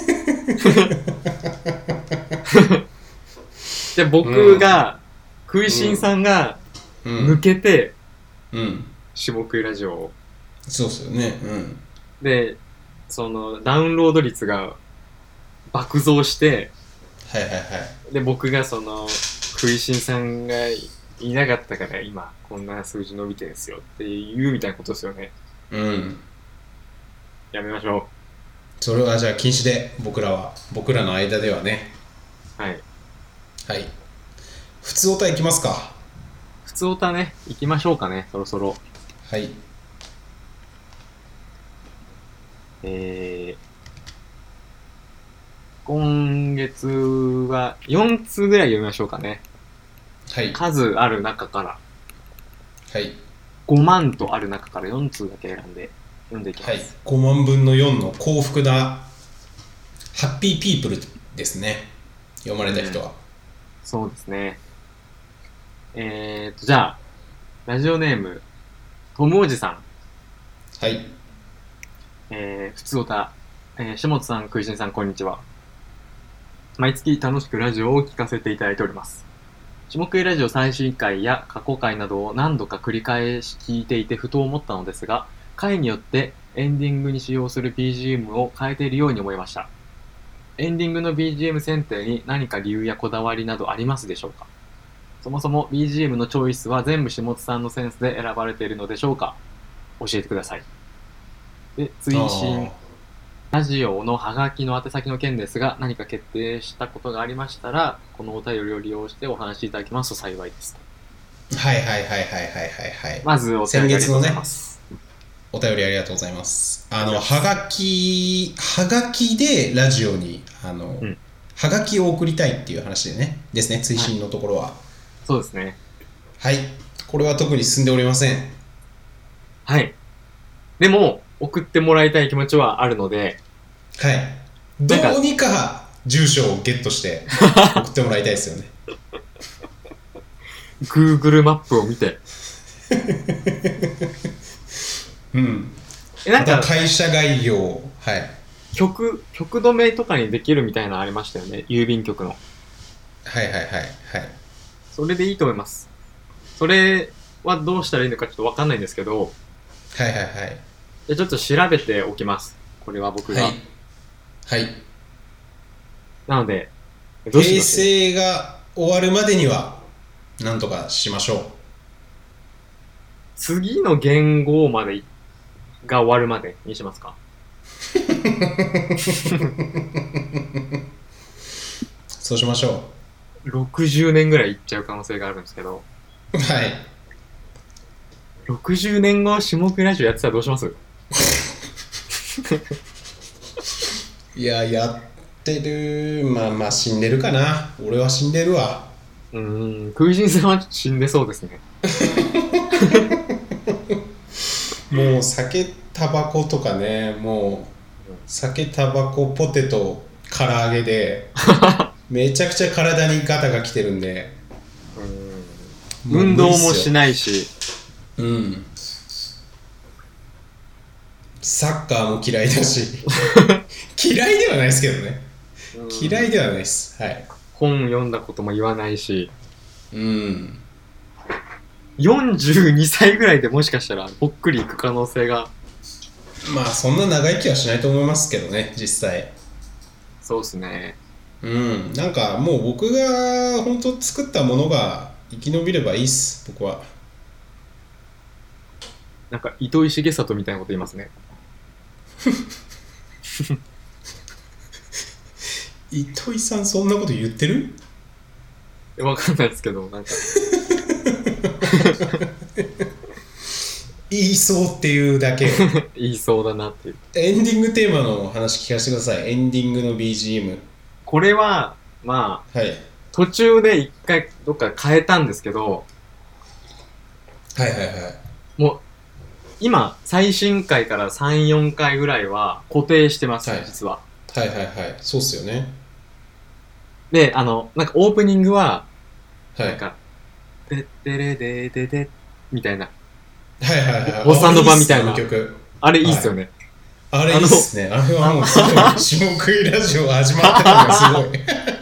で僕が、うん、食いしんさんが抜けて、うん、下食いラジオを、 そうっすよね、うん、 でそのダウンロード率が爆増して、 はいはいはい、 で僕がその食いしんさんがいなかったから今こんな数字伸びてるんですよっていうみたいなことですよね。うん、やめましょう。 それはじゃあ禁止で、僕らは僕らの間ではね。はいはい。普通オタ行きますか。 普通オタね、行きましょうかね、そろそろ。はい。えー今月はよんつぐらい読みましょうかね。はい。数ある中から。はい。ごまんとある中からよんつだけ選んで読んでいきます。はい。 ごまんぶんのよんの幸福なハッピーピープルですね。読まれた人は。うん、 そうですね。えーと、じゃあ、ラジオネーム、ともおじさん。はい。えー、ふつおた、えー、下本さん、食いしんさん、こんにちは。毎月楽しくラジオを聞かせていただいております。下食いラジオ最新回や過去回などを何度か繰り返し聞いていてふと思ったのですが、回によってエンディングに使用する ビージーエム を変えているように思いました。エンディングの ビージーエム 選定に何か理由やこだわりなどありますでしょうか。そもそも ビージーエム のチョイスは全部下津さんのセンスで選ばれているのでしょうか。教えてください。で、追伸ラジオのハガキの宛先の件ですが、何か決定したことがありましたら、このお便りを利用してお話しいただきますと幸いです。 はいはいはいはいはいはいはい。 まずお便りありがとうございます。 お便りありがとうございます。あのはがきはがきでラジオにあの、うん、はがきを送りたいっていう話でねですね、追伸のところは、はい、 そうですね。 はい、これは特に進んでおりません。 はい。でも送ってもらいたい気持ちはあるので、 はい、どうにか住所をゲットして送ってもらいたいですよね。 Google マップを見てうん。え、なんか会社概要、はい。 局局止めとかにできるみたいなのありましたよね、郵便局の。 はいはいはいはい。 それでいいと思います。それはどうしたらいいのかちょっとわかんないんですけど。 はいはいはい。 じゃちょっと調べておきます。これは僕が。はい。 はい。 なので、 どしどし平成が終わるまでにはなんとかしましょう。 次の元号までが終わるまでにしますか？ そうしましょう。ろくじゅうねんぐらいいっちゃう可能性があるんですけど。 はい。 ろくじゅうねんご下食いラジオやってたらどうします？ いや、やってる。まあまあ死んでるかな。俺は死んでるわ。 うーん、食いしんさんは死んでそうですね。 もう酒タバコとかね、もう酒タバコポテト唐揚げでめちゃくちゃ体にガタが来てるんで、 うん、運動もしないし、 うん、サッカーも嫌いだし嫌いではないですけどね、嫌いではないです、はい、 本読んだことも言わないし、 うん、 よんじゅうにさいぐらいでもしかしたらぽっくりいく可能性が。 まあそんな長生きはしないと思いますけどね、実際。 そうですね。 うん、なんかもう僕が本当作ったものが生き延びればいいっす、僕は。 なんか糸井重里みたいなこと言いますね。 糸井さんそんなこと言ってる？ わかんないですけど、なんか言いそうっていうだけ。 言いそうだなっていう。 エンディングテーマの話聞かせてください。エンディングの ビージーエム。 これはまあ、 はい、 途中で一回どっか変えたんですけど、 はいはいはい。 もう今最新回からさん、よんかいぐらいは固定してます、はい、実は。 はいはいはい。そうっすよね。 で、あのなんかオープニングは、 はい、 なんかてってれでででみたいな。 はいはいはい。 ボサノバみたいな曲。 あれいいっすよね。 はい、あれいいっすね。あれはもうすごい下食いラジオ始まったのがすごい。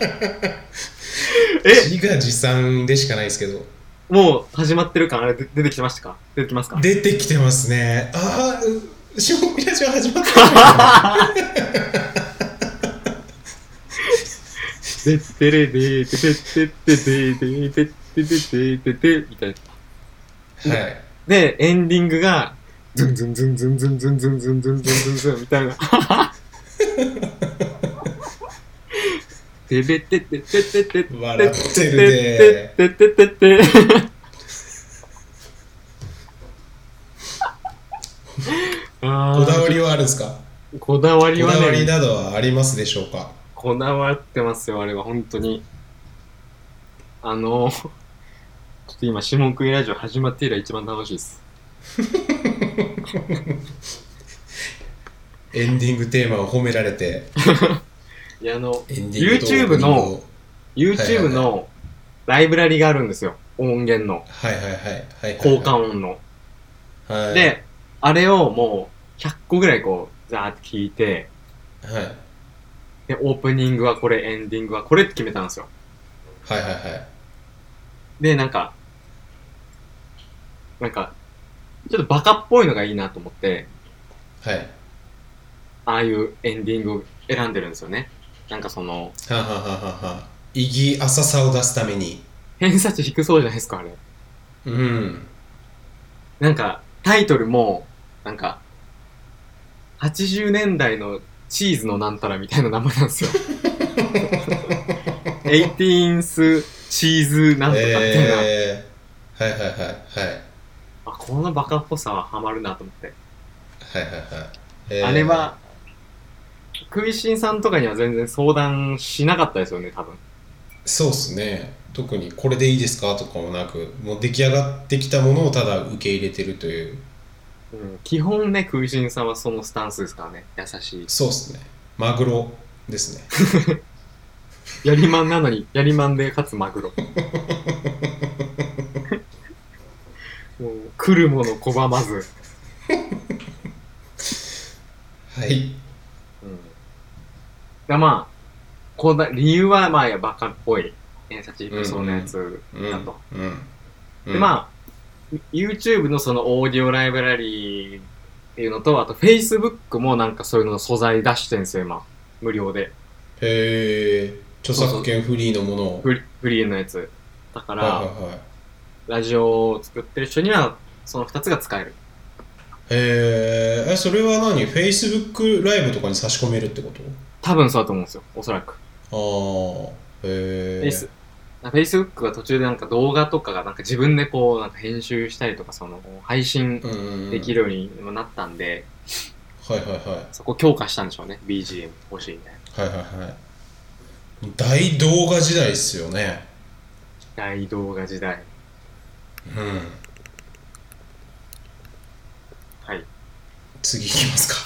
え、自画自賛でしかないですけど。 もう始まってる感あれ出てきてましたか？出てきますか？ 出てきてますね。ああ、下食いラジオ始まったでってれでててててててててててみたいな。はい。で、エンディングが、ズンズンズンズンズンズンズンズンズンズンズンズンみたいな。てべてててててて笑ってるねててててこだわりはあるんですか？ こだわりはね。 こだわりなどはありますでしょうか？ こだわってますよ、あれは本当に。あのちょっと今下食いラジオ始まって以来一番楽しいですエンディングテーマを褒められていや、あの YouTube の YouTube のライブラリがあるんですよ、音源の。 はいはいはいはい、 効果音の、はい、であれをもうひゃっこぐらいこうザーって聞いて、 はい、 でオープニングはこれ、エンディングはこれって決めたんですよ。 はいはいはい。 で、なんかなんかちょっとバカっぽいのがいいなと思って、 はい、 ああいうエンディングを選んでるんですよね。なんかそのははははは意義浅さを出すために。 偏差値低そうじゃないですか、あれ。 うん。 なんかタイトルもなんかはちじゅうねんだいのチーズのなんたらみたいな名前なんですよ。エイティーンスチーズなんとかみたいな、 えー、はいはいはいはい。 あ、このバカっぽさはハマるなと思って。 はいはい、えー、 あれは食いしんさんとかには全然相談しなかったですよね多分。 そうっすね。特にこれでいいですかとかもなく、もう出来上がってきたものをただ受け入れてるという。 うん、基本ね食いしんさんはそのスタンスですからね。優しい。 そうっすね。マグロですね。 やりまんなのにやりまんでかつマグロ。もう来るもの拒まず。 はい。 うん。だまあこうだ理由はまあバカっぽい偏差値低そうなやつだと。 うんうんうん、 でまあ YouTube のそのオーディオライブラリーっていうのと、あと Facebook もなんかそういうのの素材出してんすよ今無料で。 へえ。著作権フリーのものを。 フリフリーのやつだから、 はいはいはい、 ラジオを作ってる人にはそのふたつが使える。 へえ。それは何 Facebook ライブとかに差し込めるってこと？ 多分そうだと思うんですよおそらく。 ああ、へえ。 Facebook は途中でなんか動画とかがなんか自分でこうなんか編集したりとかその配信できるようにもなったんで、 うんうんうん、はいはいはい、 そこ強化したんでしょうね。 ビージーエム 欲しいみたいな。はいはいはい。大動画時代っすよね。 大動画時代。 うん。 はい。 次いきますか。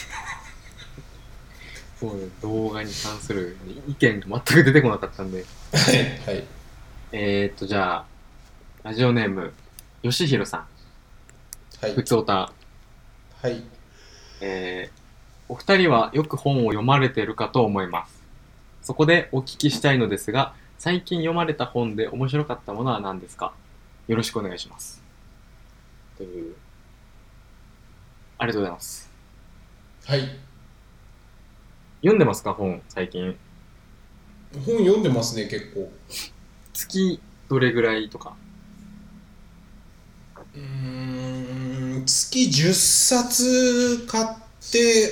そうね、動画に関する意見が全く出てこなかったんで。 はいはい。 えーっとじゃあラジオネームよしひろさん。 はい。 ふつおた。 はい。 えー、お二人はよく本を読まれているかと思います。そこでお聞きしたいのですが、最近読まれた本で面白かったものは何ですか？よろしくお願いします。という。ありがとうございます。 はい。 読んでますか本最近？ 本読んでますね結構。 月どれぐらいとか？ うーん、月じゅっさつ買って、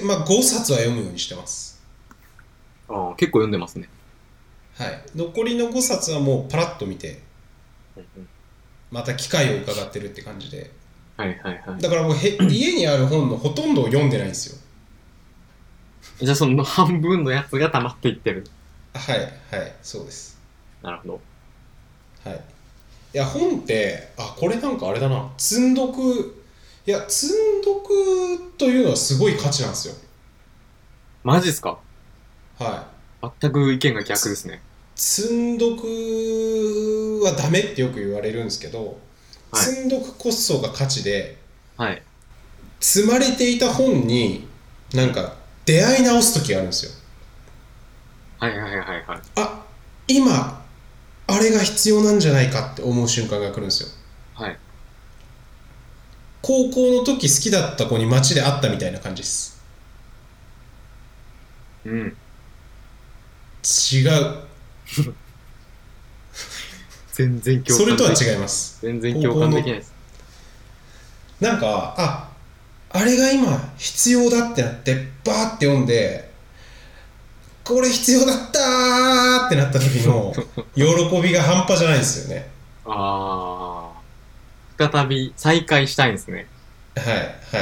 まあ、ごさつは読むようにしてます。 ああ、結構読んでますね。 はい。残りのごさつはもうパラッと見て、 うんうん、 また機会を伺ってるって感じで。 はいはいはい。 だからもうへ家にある本のほとんどを読んでないんですよ。 じゃあその半分のやつが溜まっていってる。 はいはいそうです。 なるほど。 はい。いや本ってあこれなんかあれだな積んどくいや積んどくというのはすごい価値なんですよ。 マジっすか？ はい。 全く意見が逆ですね。 積んどくはダメってよく言われるんですけど、はい、積んどくこそが価値で、 はい、 積まれていた本になんか出会い直す時があるんですよ。 はいはいはいはい。 あ今あれが必要なんじゃないかって思う瞬間が来るんですよ。 はい。 高校の時好きだった子に街で会ったみたいな感じです。 うん。 違う。 全然共感できない。 それとは違います。 全然共感できないです。 なんかああれが今必要だってなってバーって読んでこれ必要だったーってなった時の喜びが半端じゃないんですよね。 ああ、再び再開したいんですね。 はいはい。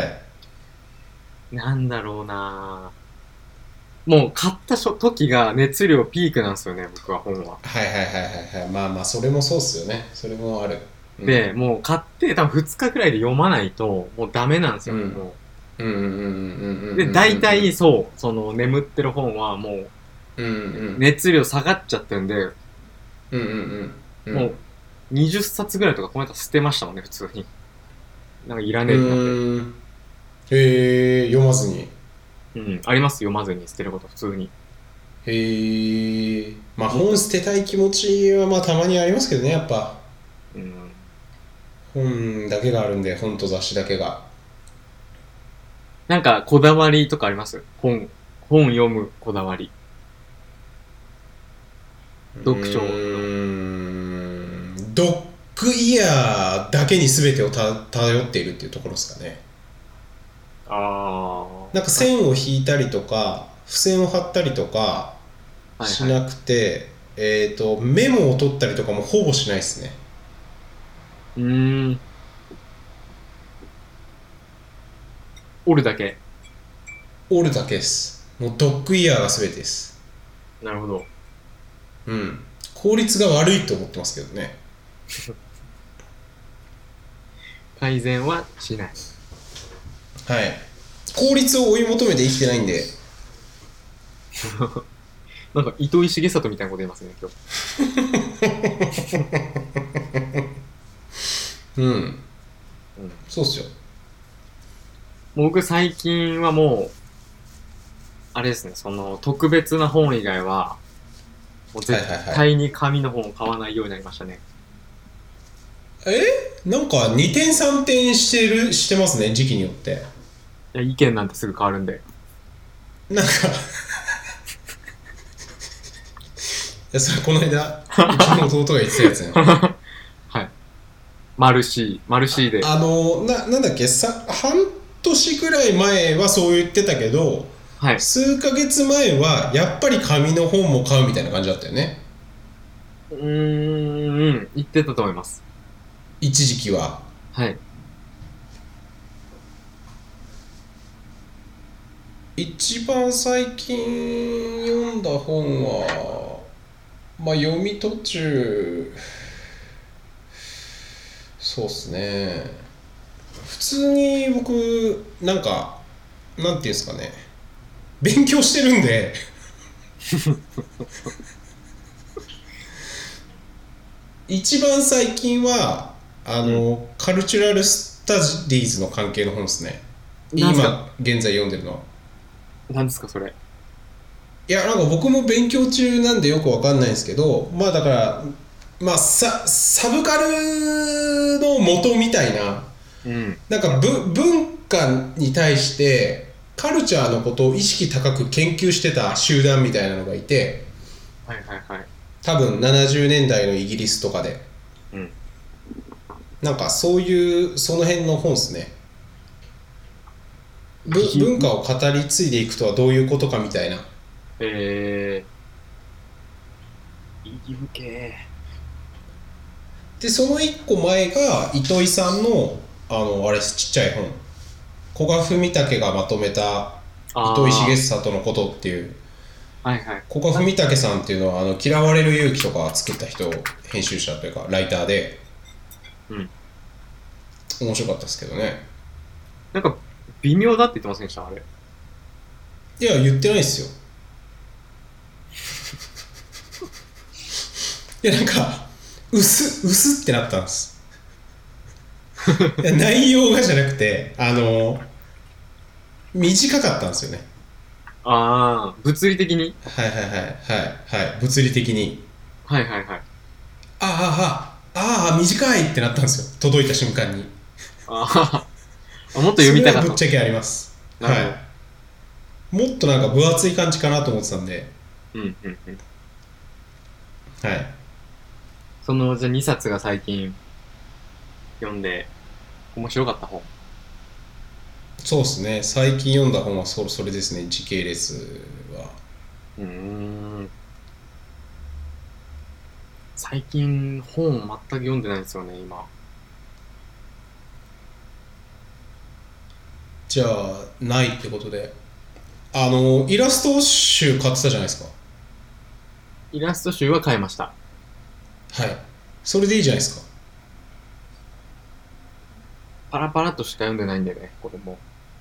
なんだろうな、もう買った時が熱量ピークなんですよね僕は本は。 はいはいはいはいはい。まあまあそれもそうっすよね。それもある。 うん、でもう買って多分ふつかくらいで読まないともうダメなんですよ、うん、もう。うんうんうんうんうん。で大体そうその眠ってる本はもう熱量下がっちゃってるんで、うんうんうんうん、もうにじゅっさつぐらいとかこの間捨てましたもんね普通に。なんかいらねえってなって。うーんへえ、読まずに。 うん、あります読まずに捨てること普通に。 へえ、まあ本捨てたい気持ちはまあたまにありますけどねやっぱ。うん。本だけがあるんで本と雑誌だけが。 なんかこだわりとかあります？本本読むこだわり。読書の。うーん、ドッグイヤーだけに全てをた頼っているっていうところですかね。ああ。なんか線を引いたりとか付箋を貼ったりとかしなくて、はいはい、えーとメモを取ったりとかもほぼしないですね。 うーん。 折るだけ。 折るだけです。もうドッグイヤーが全てです。 なるほど。 うん。効率が悪いと思ってますけどね。 改善はしない。 はい。効率を追い求めて生きてないんで。 なんか糸井重里みたいなこと言いますね今日。うん。うん。そうっすよ。 僕最近はもうあれですね、その特別な本以外はもう絶対に紙の本を買わないようになりましたね。 はいはいはい、えなんかにてんさんてんしてるしてますね、時期によって。 いや意見なんてすぐ変わるんで。 なんかいやそれこの間うちの弟が言ってたやつやん。 はい。マルシーマルシーで。 あ、あのななんだっけさ半年くらい前はそう言ってたけど、はい、数ヶ月前はやっぱり紙の本も買うみたいな感じだったよね。 うーん、言ってたと思います。 一時期は。 はい。 一番最近読んだ本は、まあ読み途中、そうっすね。普通に僕なんかなんていうんですかね、勉強してるんで一番最近はあの、うん、カルチュラルスタディーズの関係の本ですね。今現在読んでるのは。 何ですかそれ。 いやなんか僕も勉強中なんでよくわかんないんですけど、まあだからまあササブカルの元みたいな、うん、なんかぶ文化に対してカルチャーのことを意識高く研究してた集団みたいなのがいて、 はいはいはい。 多分ななじゅうねんだいのイギリスとかで、うん、なんかそういうその辺の本ですね。文化を語り継いでいくとはどういうことかみたいな。 えー、意義深でその一個前が糸井さんのあのあれちっちゃい本、古賀文武がまとめた糸井重里のことっていう。 はいはい。 古賀文武さんっていうのはあの嫌われる勇気とか作った人、編集者というかライターで、うん、面白かったですけどね。 なんか微妙だって言ってませんでしたあれ。 いや言ってないですよ。いやなんか薄薄ってなったんです。いや内容がじゃなくてあの短かったんですよね。 ああ、物理的に。 はいはいはいはいはい、物理的に。 はいはいはい。 あああああ短いってなったんですよ、届いた瞬間に。 ああ、もっと読みたかった。それはぶっちゃけあります。はい。もっとなんか分厚い感じかなと思ってたんで。うんうんうん。はい。 そのじゃあにさつが最近読んで面白かった本。 そうですね、最近読んだ本はそそれですね、時系列は。うーん。 最近本全く読んでないんですよね今。 じゃあないってことで、あのイラスト集買ってたじゃないですか。 イラスト集は買いました。 はい、それでいいじゃないですか。 パラパラとしか読んでないんでね、これも。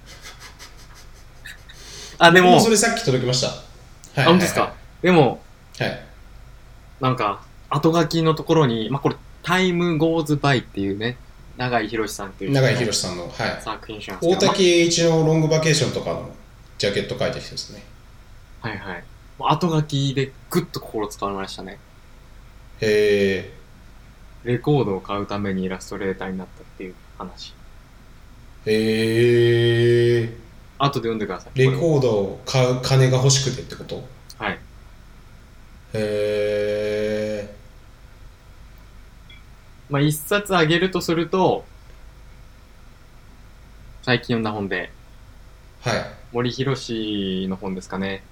あ、でも、 もそれさっき届きました。はい、 あ、本当ですか。でも、 はい、 なんか後書きのところに、まあこれタイムゴーズバイっていうね、永井博さんっていう永井博さんの、はい、 作品集なんですけど、大滝栄一のロングバケーションとかのジャケット書いた人ですね。 はいはい。後書きでグッと心使われましたね。 へえ。 レコードを買うためにイラストレーターになったっていう話。 へえ。 後で読んでください。 レコードを買う金が欲しくてってこと？ はい。 へえ。 まあ一冊あげるとすると、最近読んだ本で、 はい。 森博の本ですかね。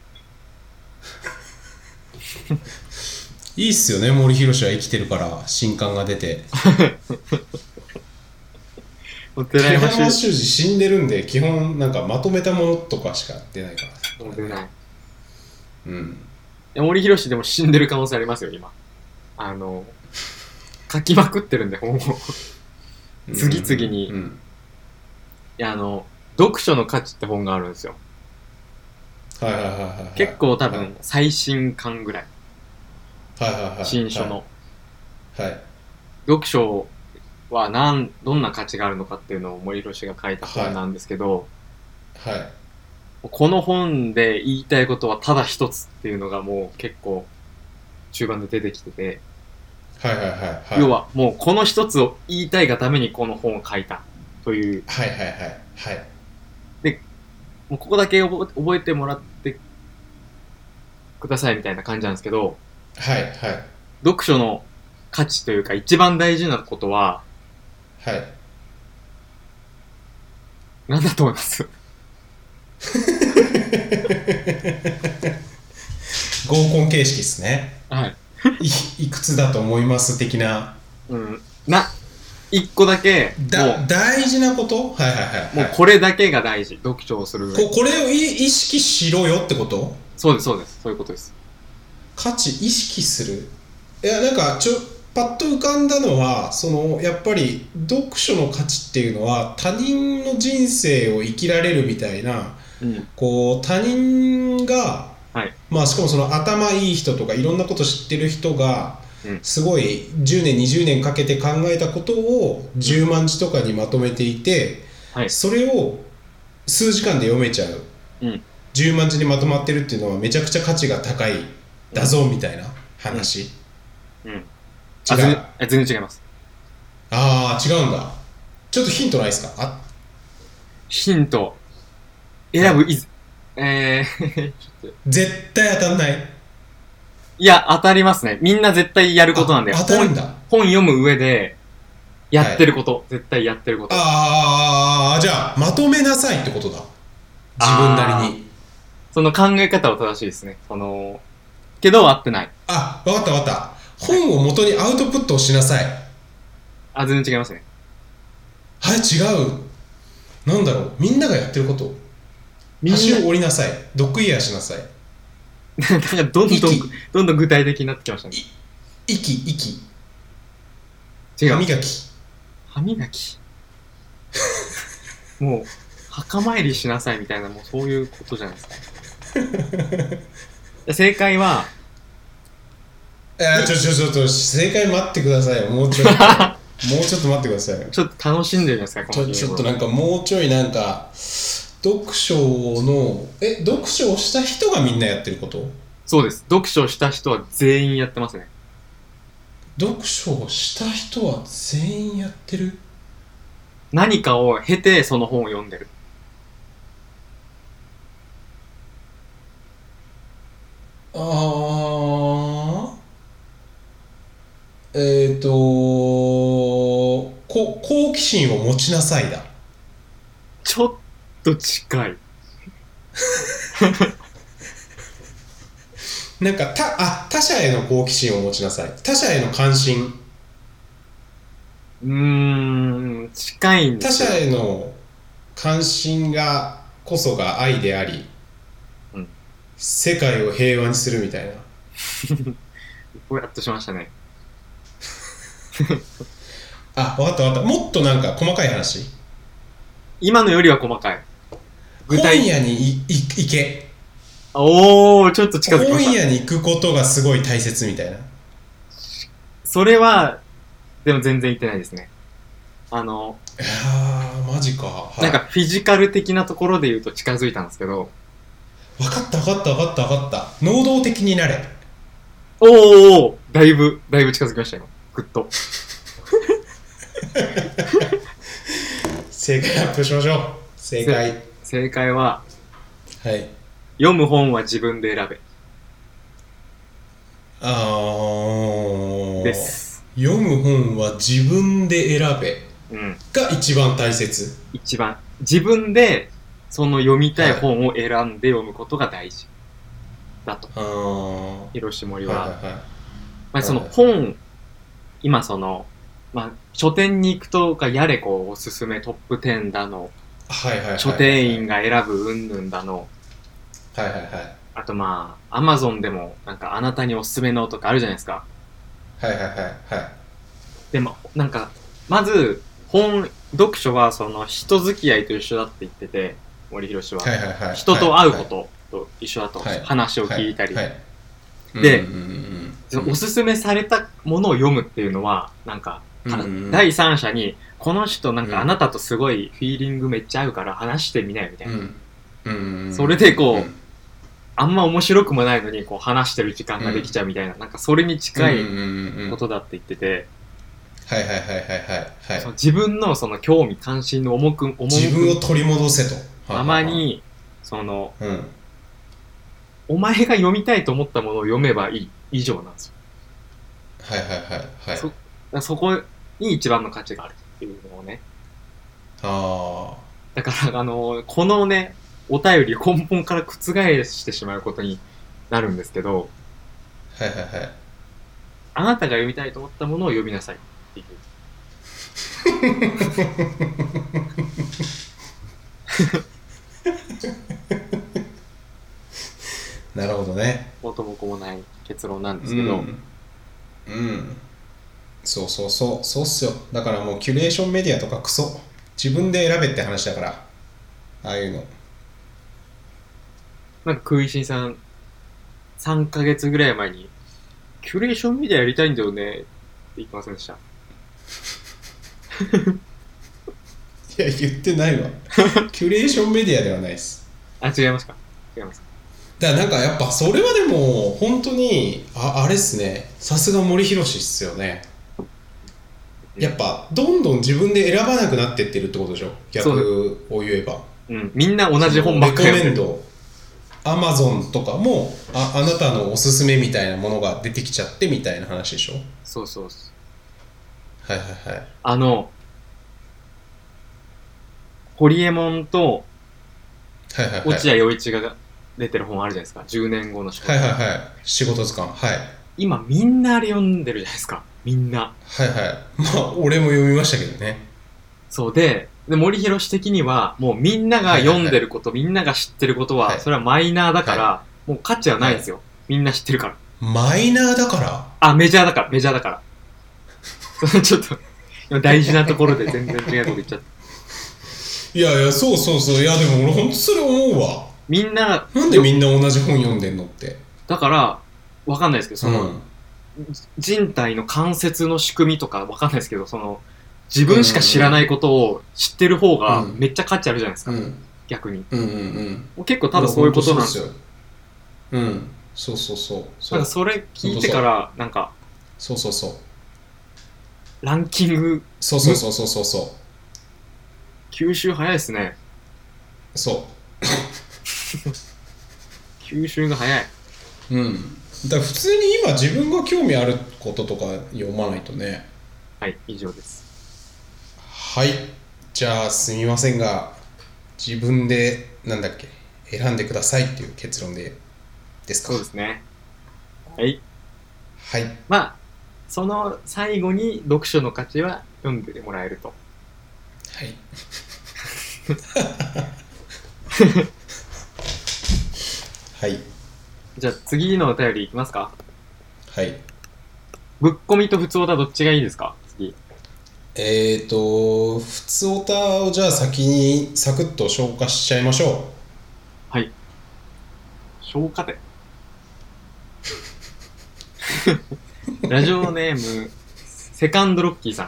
いいっすよね、森博は生きてるから新刊が出て。 寺山修司死んでるんで基本なんかまとめたものとかしか出ないから。 もう出ない。 うん。 森博でも死んでる可能性ありますよ今。あの書きまくってるんで本を次々に、うんうんうん、いやあの読書の価値って本があるんですよ。 はいはいはいはい、はい、 結構多分最新刊ぐらい、 はいはいはい、 新書の、 はいはい、 読書はなんどんな価値があるのかっていうのを森博が書いた本なんですけど、 はいはい、 この本で言いたいことはただ一つっていうのがもう結構中盤で出てきてて、 はいはいはいはい、 要はもうこの一つを言いたいがためにこの本を書いたという、 はいはいはいはい、 でもうここだけ覚え、覚えてもらってくださいみたいな感じなんですけど、 はいはい、 読書の価値というか一番大事なことは、 はい、 何だと思います合コン形式ですね。 はいい, いくつだと思います的な、 うん、な一個だけだ大事なこと、はいはいはい、はい、 もうこれだけが大事、読書をする上でこ, これを意識しろよってこと？ そうですそうです、そういうことです。 価値意識する。いやなんかちょパッと浮かんだのは、そのやっぱり読書の価値っていうのは他人の人生を生きられるみたいな、 うん、 こう他人が、 はい、 まあしかもその頭いい人とかいろんなこと知ってる人が、うん、すごいじゅうねんにじゅうねんかけて考えたことをじゅうまんじとかにまとめていて、うん、はい、それを数時間で読めちゃう、うん、じゅうまんじにまとまってるっていうのはめちゃくちゃ価値が高いだぞみたいな話、 うん、うん、違う、あ、全然違います。 ああ、違うんだ。ちょっとヒントないですか？あ、 ヒント選ぶ、はい、いずえー絶対当たんない。 いや、当たりますね。みんな絶対やることなんだよ。 当たるんだ。 本、本読む上でやってること、はい、絶対やってること。 ああ、じゃあまとめなさいってことだ。自分なりに。 その考え方は正しいですね。そのけど合ってない。 あ、わかったわかった。本を元にアウトプットをしなさい。 あ、全然違いますね。 はい、違う。なんだろう、みんながやってること。橋を降りなさい。ドッグイヤーしなさい。 なんかどんどんどんどん具体的になってきましたね。 息息。 違う。 歯磨き。 歯磨き。もう墓参りしなさいみたいな、もうそういうことじゃないですか。正解は。 いや、ちょちょちょっと正解待ってくださいよ。もうちょっともうちょっと待ってくださいよ。 ちょっと楽しんでるじゃないですか。 このちょちょっとなんかもうちょいなんか読書のえ読書をした人がみんなやってること？ そうです。読書をした人は全員やってますね。 読書をした人は全員やってる？ 何かを経てその本を読んでる。 ああ、えっ、ー、とこ好奇心を持ちなさいだ。 ちょっと近い。 なんかたあ他者への好奇心を持ちなさい。他者への関心。 うーん、近いんですよ。 他者への関心がこそが愛であり、うん、世界を平和にするみたいな。 ぼやっとしましたね。 あ、分かった分かった。もっとなんか細かい話。 今のよりは細かい。 具体本屋にいい行け。 おー、ちょっと近づきました。 本屋に行くことがすごい大切みたいな。 それはでも全然言ってないですね。あのいやーマジか、はい、 なんかフィジカル的なところで言うと近づいたんですけど。 分かった分かった分かった分かった。能動的になれ。 おーおー、だいぶだいぶ近づきましたよ。グッと。 正解発表しましょう。正解正解は、 はい、 読む本は自分で選べ。 あーです。 読む本は自分で選べ、 うん、 が一番大切。 一番自分でその読みたい本を選んで読むことが大事だと。 はい、 広志森は、 はいはいはい、 まあ、その本、はいはい、今そのまあ、書店に行くとかやれこうおすすめトップじゅうだの、 はいはいはいはい、 書店員が選ぶうんぬんだの、 はいはいはい、 あとまあ、アマゾンでもなんかあなたにおすすめのとかあるじゃないですか。 はいはいはいはい。 でも、なんか、まず、本、読書はその人付き合いと一緒だって言ってて、森博氏は。 はいはいはい。 人と会うことと一緒だと、 はい、 話を聞いたり。 はいはい、 で、 うんうんうんそのおすすめされたものを読むっていうのは、なんか、 うんうん、 第三者に、この人なんかあなたとすごいフィーリングめっちゃ合うから話してみなよみたいな。 うんうんうん、 それでこう、うん、あんま面白くもないのにこう話してる時間ができちゃうみたいな、うん、なんかそれに近いことだって言ってて、 はいはいはいはいはい、 その自分のその興味関心の重く重く自分を取り戻せとままにその、 うん、 お前が読みたいと思ったものを読めばいい以上なんですよ。 はいはいはいはい。 そ, そこに一番の価値があるっていうのをね。 ああ。 だからあのこのねお便り根本から覆してしまうことになるんですけど、 はいはいはい。 あなたが読みたいと思ったものを読みなさいっていう。 なるほどね。 元も子もない結論なんですけど、うん、 うん、そうそうそうそうっすよ。だからもうキュレーションメディアとかクソ、自分で選べって話だから、ああいうの。 なんか空井新さんさんかげつぐらい前にキュレーションメディアやりたいんだよねって言ってませんでした？ いや言ってないわ。キュレーションメディアではないです。 あ、違いますか？違いますか？ だからなんかやっぱそれはでも本当に あ, あれっすね、さすが森博っすよね。やっぱどんどん自分で選ばなくなってってるってことでしょ、逆を言えば。 うん、みんな同じ本ばっかり読んでる。レコメンドアマゾンとかも あ, あなたのおすすめみたいなものが出てきちゃってみたいな話でしょ。 そうそうそう。 はいはいはい。 あのホリエモンと落合陽一が出てる本あるじゃないですか。じゅうねんごの仕事。 はいはいはい。仕事図鑑。はい。 今みんなあれ読んでるじゃないですか。みんな。 はいはい。まあ俺も読みましたけどね。 そうで、で森博的にはもうみんなが読んでること、はいはいはい、みんなが知ってることは、はい、それはマイナーだから、はい、もう価値はないんですよ、はい。みんな知ってるから。 マイナーだから。 あ、メジャーだから、メジャーだから。ちょっと今大事なところで全然違うこと言っちゃった。 いやいや、そうそうそう。いやでも俺ほんとそれ思うわ。 みんななんでみんな同じ本読んでんのって。 だからわかんないですけど、その、うん、人体の関節の仕組みとかわかんないですけど、その自分しか知らないことを知ってる方がめっちゃ価値あるじゃないですか、うん、逆に、うんうんうん、結構ただそういうことなんですよ。 うん、そうそうそうそう。 なんかそれ聞いてからなんかそうそうそう、 ランキング、 そうそうそうそうそうそう、 吸収早いですね。 そう吸収が早い。 うん。だから普通に今自分が興味あることとか読まないとね。 はい、以上です。 はい、じゃあすみませんが、自分でなんだっけ選んでくださいっていう結論でですか。 そうですね。はいはい。 まあその最後に読書の価値は読んでもらえると。 はいはい。 じゃあ次のお便りいきますか。 はい。 ぶっこみとふつおたどっちがいいですか？次。 えーと、ふつおたをじゃあ先にサクッと消化しちゃいましょう。はい。消化点。ラジオネームセカンドロッキーさん。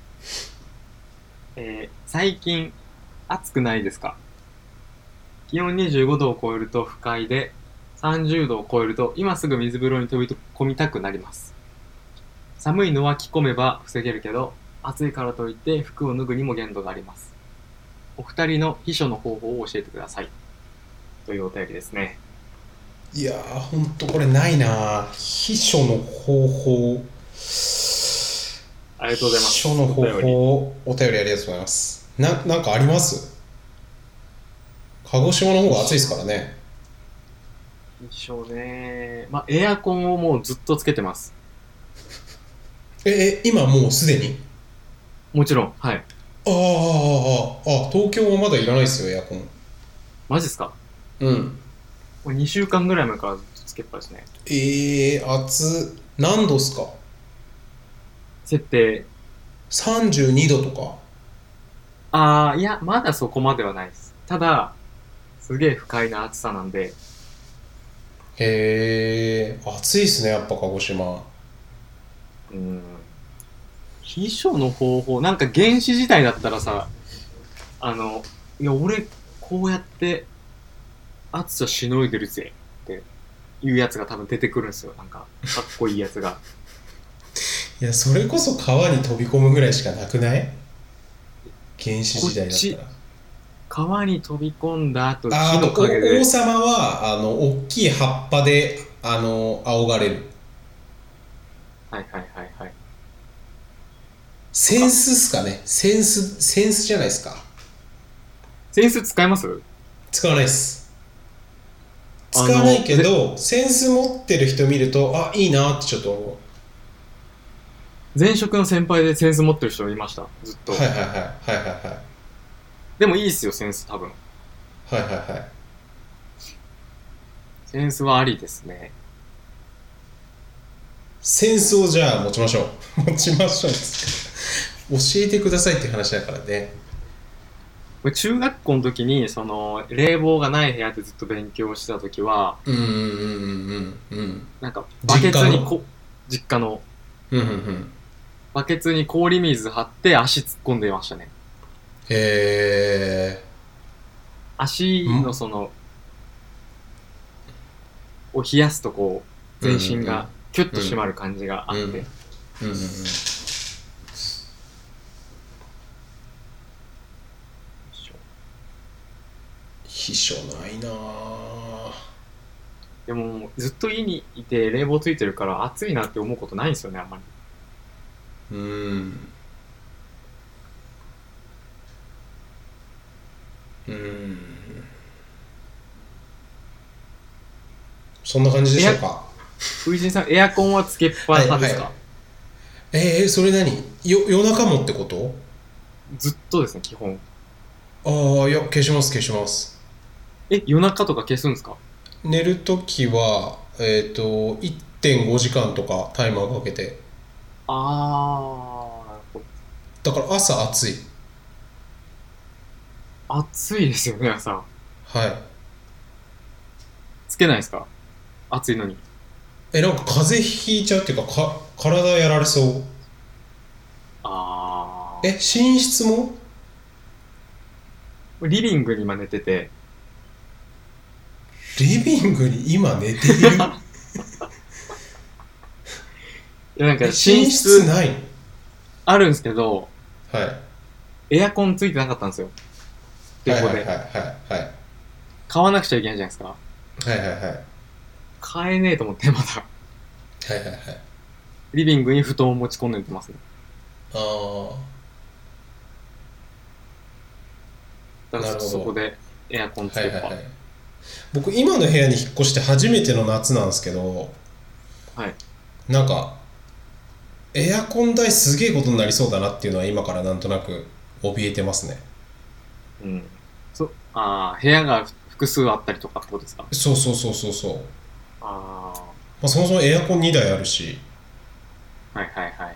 えー、最近暑くないですか？気温にじゅうごどを超えると不快で、さんじゅうどを超えると今すぐ水風呂に飛び込みたくなります。寒いのは着込めば防げるけど、暑いからといって服を脱ぐにも限度があります。お二人の秘書の方法を教えてください。というお便りですね。 いやー、ほんとこれないな。秘書の方法。 ありがとうございます。 秘書の方法、お便りありがとうございます。な、なんかあります？鹿児島の方が暑いですからね。 秘書ね、まあ、エアコンをもうずっとつけてます。 え、え、今もうすでに？ もちろん、はい。 ああ、ああ、東京はまだいらないですよ、エアコン。 マジっすか？ うん。 これにしゅうかんぐらい前からずっとつけっぱですね。 ええー、暑。何度っすか？ 設定。 さんじゅうに 度とか？ あー、いや、まだそこまではないです。ただ、すげえ不快な暑さなんで、 へえ、暑いっすね、やっぱ鹿児島。 うーん、秘書の方法、なんか原始時代だったらさ、あの、いや、俺、こうやって暑さしのいでるぜっていうやつが多分出てくるんですよ。なんか、かっこいいやつが。 いや、それこそ川に飛び込むぐらいしかなくない？原始こ時代っち、 だったら。 川に飛び込んだ後、 あ、 木のあと、お王陰で、 様は、あの、大きい葉っぱで、あの、仰がれる。 はいはいはいはい。とか。 センスっすかね？センス、センスじゃないですか。 センス使います？ 使わないっす。 あ使わないの、ぜけど、センス持ってる人見ると、あ、いいなってちょっと思う。 前職の先輩でセンス持ってる人いました。ずっと。 はいはいはい。はいはいはい。 でもいいっすよ、センス多分。 はいはいはい。 センスはありですね。 センスをじゃあ持ちましょう。持ちましょうっつって。教えてくださいって話だからね。 これ中学校の時に、その、冷房がない部屋でずっと勉強してた時は、 うんうんうんうんうん。 なんか、バケツにこ、実家の、 うんうんうん。 バケツに氷水張って足突っ込んでましたね。 へ足のその、を冷やすとこう、全身がキュッと締まる感じがあって。 うんうんうん。秘書ないなぁ。 でも、ずっと家にいて冷房ついてるから暑いなって思うことないんですよね、あんまり。 うーん。うーん。そんな感じでしょうか。 藤井さん、エアコンはつけっぱ派ですか？ はいはい。えー、それ何よ夜中もってこと？ ずっとですね、基本。 ああ、いや、消します消します。 え、夜中とか消すんですか？ 寝るときは、えっ、と、いってんごじかんとかタイマーかけて。 あー、なるほど。 だから朝暑い。 暑いですよね、朝。 はい。 つけないですか？暑いのに。 え、なんか風邪ひいちゃうっていうか、か、体やられそう。 あえ、寝室も？ ー。リビングに今寝てて、 リビングに今寝ている？ いやなんかえ、 寝寝室室ない？ あるんですけど、 はい。 エアコンついてなかったんですよ。 はい冷房で。 はいはいはいはい買わなくちゃいけないじゃないですか。 はいはいはい買えねえと思って、まだ。 はいはいはい。 リビングに布団を持ち込んでてますね。 ああ、 だからなるほど。 そこでエアコンつけっぱ。 はいはいはい。僕今の部屋に引っ越して初めての夏なんですけど、 はい。 なんかエアコン代すげえことになりそうだなっていうのは今からなんとなく怯えてますね。 うん。そ、あー、部屋が複数あったりとかってことですか？ そうそうそうそうそう。 あまあ、そもそもエアコンにだいあるし。 ー、はいはいはい。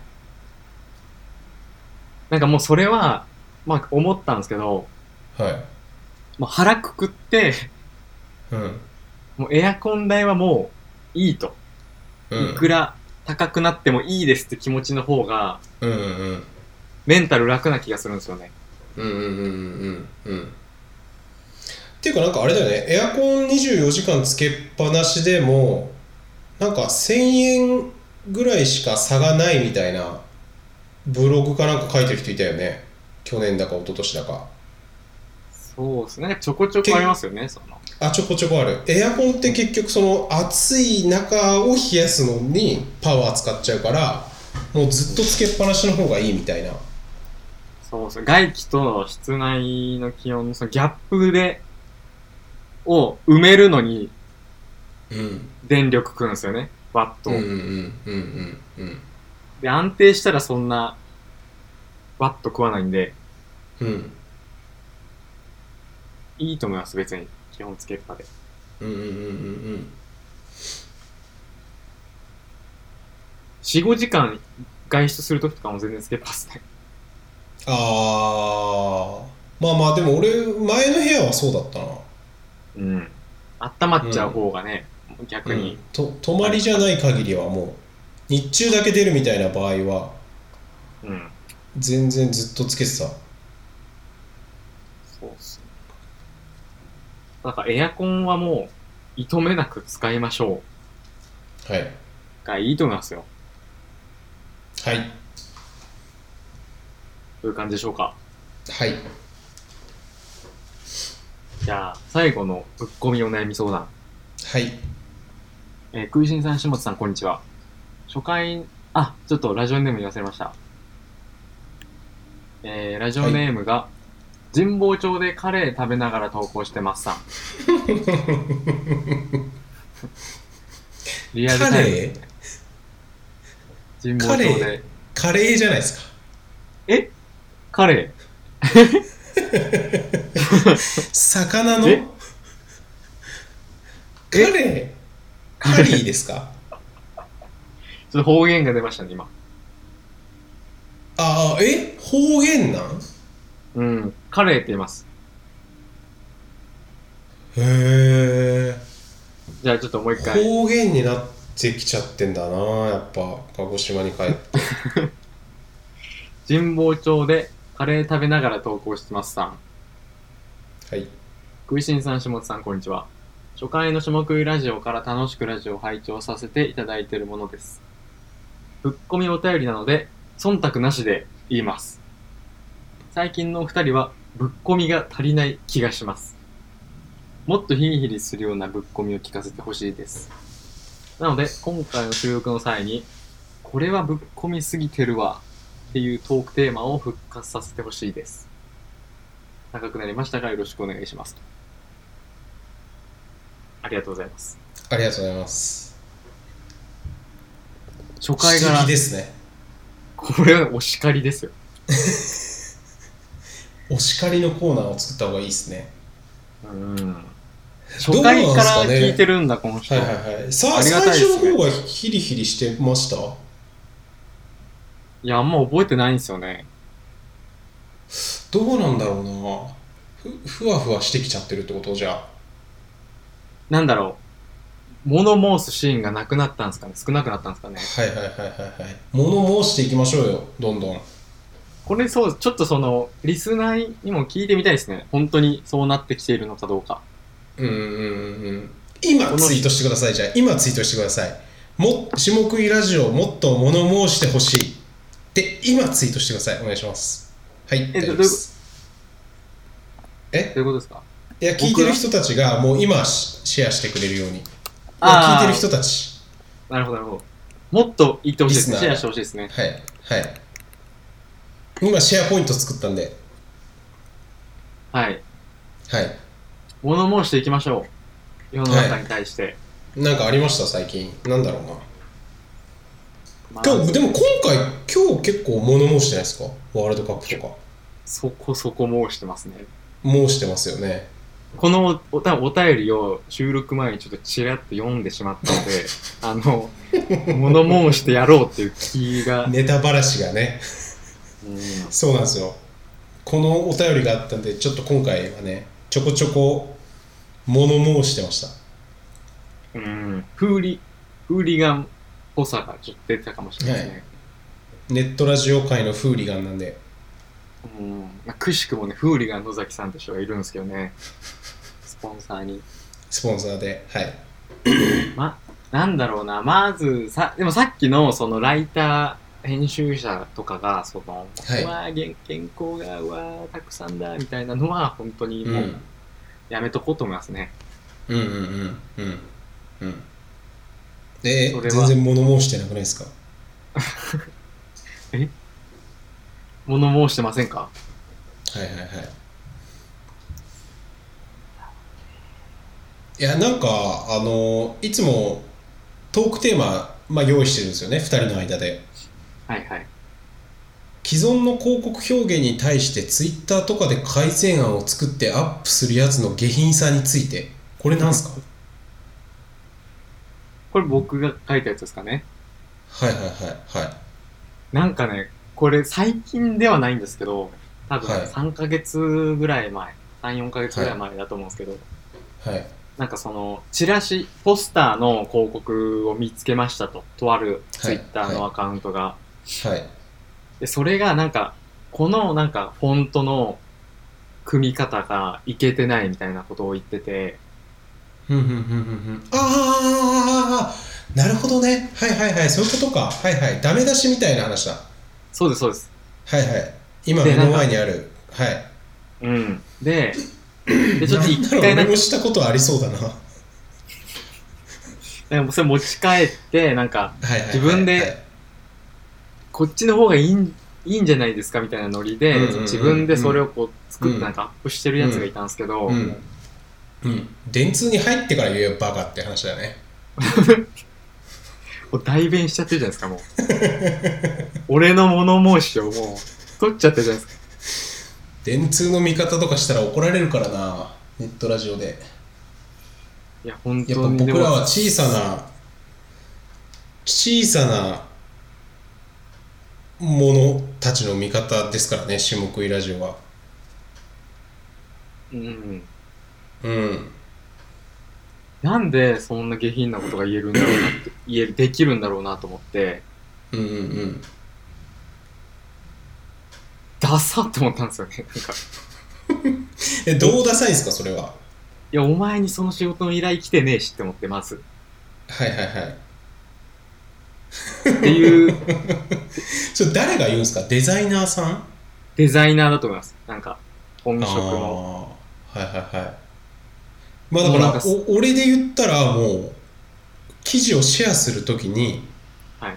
なんかもうそれは、まあ思ったんですけど、 はい。 もう腹くくって、 うん。 もうエアコン代はもういいと。 うん。 いくら高くなってもいいですって気持ちの方が、 うんうんうん。 メンタル楽な気がするんですよね。 うんうんうんうんうん。っていうかなんかあれだよね。エアコンにじゅうよじかんつけっぱなしでも、なんかせんえんぐらいしか差がないみたいなブログかなんか書いてる人いたよね。去年だか一昨年だか。 そうですね。なんかちょこちょこありますよね、その。 あ、ちょこちょこある。エアコンって結局その暑い中を冷やすのにパワー使っちゃうから、もうずっとつけっぱなしの方がいいみたいな。 そうそう。外気と室内の気温のそのギャップで、を埋めるのにうん。 電力食うんですよね。ワットを。 うんうんうんうんうん。 で、安定したらそんなバッと食わないんで、 うん。 いいと思います、別に。基本つけ方で。 うんうんうんうんうん。 よん、ごじかん外出するときとかも全然つけますね。 あー。まあまあ、でも俺、前の部屋はそうだったな。 うん。温まっちゃう方がね、うん、逆に。 うん。と、泊まりじゃない限りはもう、日中だけ出るみたいな場合は、 うん。 全然ずっとつけてた。 そうっすね。だからエアコンはもう、いとめなく使いましょう。はい。 がいいと思いますよ。 はい。 という感じでしょうか。 はい。 じゃあ、最後のぶっこみお悩み相談。 はい。 えー、食いしんさん、下津さん、こんにちは。初回、あ、ちょっとラジオネーム言わせました。えー、ラジオネームが、はい、神保町でカレー食べながら投稿してますさん。リアルタイム。神保町で。 カレーじゃないですか。 えカレー魚のカレーカリーですか？ ちょっと方言が出ましたね、今。 ああ、え方言なん？ うん、カレーって言います。 へえ。 じゃあちょっともう一回。 方言になってきちゃってんだな、やっぱ、鹿児島に帰って。 神保町でカレー食べながら投稿してますさん。 はい。 食いしんさん、下津さん、こんにちは。初回の下食いラジオから楽しくラジオを拝聴させていただいているものです。ぶっこみお便りなので、忖度なしで言います。最近のお二人はぶっこみが足りない気がします。もっとヒリヒリするようなぶっこみを聞かせてほしいです。なので、今回の収録の際に、これはぶっこみすぎてるわっていうトークテーマを復活させてほしいです。長くなりましたがよろしくお願いします。ありがとうございます。 ありがとうございます。 初回から。 素敵ですね。 これはお叱りですよ。 お叱りのコーナーを作った方がいいですね。 うん。初回から聞いてるんだ、この人。 はいはいはい。さあ、最初の方がヒリヒリしてました？ いや、あんま覚えてないんですよね。 どうなんだろうな。ふ、ふわふわしてきちゃってるってことじゃあ。 なんだろう。物申すシーンがなくなったんですかね。少なくなったんですかね。 はいはいはいはいはい。物申していきましょうよ、どんどん。 これそう、ちょっとその、リスナーにも聞いてみたいですね。本当にそうなってきているのかどうか。 うんうんうん。今ツイートしてください。じゃあ、今ツイートしてください。も、下食いラジオもっと物申してほしい。で、今ツイートしてください。お願いします。はい、 え、 大丈夫です。えどういうことですか？ いや、聞いてる人たちがもう今シェアしてくれるように。いや、聞いてる人たち。 なるほど、なるほど。もっと言ってほしいですね。シェアしてほしいですね。 はい、はい。今、シェアポイント作ったんで。 はい。 はい。 物申していきましょう。世の中に対して。はい、 なんかありました最近。なんだろうな。まあ、今日、でも今回、今日結構物申してないですか？ワールドカップとか。 そこそこ申してますね。 申してますよね。 このおたお便りを収録前にちょっとちらっと読んでしまったので、あの、物申してやろうっていう気が。 ネタばらしがね。うん、そうなんですよ。このお便りがあったんで、ちょっと今回はね、ちょこちょこ物申してました。 うん、フーリ、フーリガンっぽさがちょっと出てたかもしれないですね。はい、 ネットラジオ界のフーリガンなんで。 うん、まあ、くしくもね、フーリガン野崎さんって人がいるんですけどね。スポンサーに。 スポンサーで、はい。 ま、なんだろうな、まず、さ、でもさっきのそのライター、編集者とかが、その、はい、うわー、原稿が、うわー、たくさんだ、みたいなのは、本当にもう、やめとこうと思いますね。 うんうんうんうん。うん。え、全然物申してなくないですか？ え物申してませんか？ はいはいはい。いや、なんか、あの、いつもトークテーマ、まあ、用意してるんですよね、ふたりの間で。 はいはい。 既存の広告表現に対してツイッターとかで改善案を作ってアップするやつの下品さについて、これなんすか？ これ僕が書いたやつですかね。 はいはいはいはい。 なんかね、これ最近ではないんですけど、多はい分さんかげつぐらい前、さん、よんかげつぐらい前だと思うんですけど、 はい。 なんかその、チラシ、ポスターの広告を見つけましたと。とあるツイッターのアカウントが。 はい。 で、それがなんか、このなんかフォントの組み方がいけてないみたいなことを言ってて。 ふんふんふんふんふん。あー、なるほどね。はいはいはい。そういうことか。はいはい。ダメ出しみたいな話だ。 そうですそうです。 はいはい。今目の前にある。はい。 うん。で、でちょっと一回なんだろう、俺もしたことありそうだな。 でもそれ持ち帰ってなんか自分でこっちの方がいいん、いいんじゃないですかみたいなノリで、うんうんうん、自分でそれをこう作ってなんかアップしてるやつがいたんですけど、うんうんうん、電通に入ってから言えばバカって話だよね。 もう代弁しちゃってるじゃないですか。もう俺の物申しをもう取っちゃってるじゃないですか。 電通の味方とかしたら怒られるからな、ネットラジオで。 いや本当にやっぱ僕らは小さな小さな者たちの味方ですからね、下食いラジオは。 うんうん。 なんでそんな下品なことが言えるんだろうなって言えるできるんだろうなと思って。 うんうんうん。 ダサって思ったんですよね。なんかえ、どうダサいんですかそれは。 いやお前にその仕事の依頼来てねえしって思って。まずはいはいはいっていうそれ誰が言うんですか？デザイナーさん？ デザイナーだと思います。なんか本職の。 あ、はいはいはい。まあだからお俺で言ったらもう記事をシェアするときに、 はい、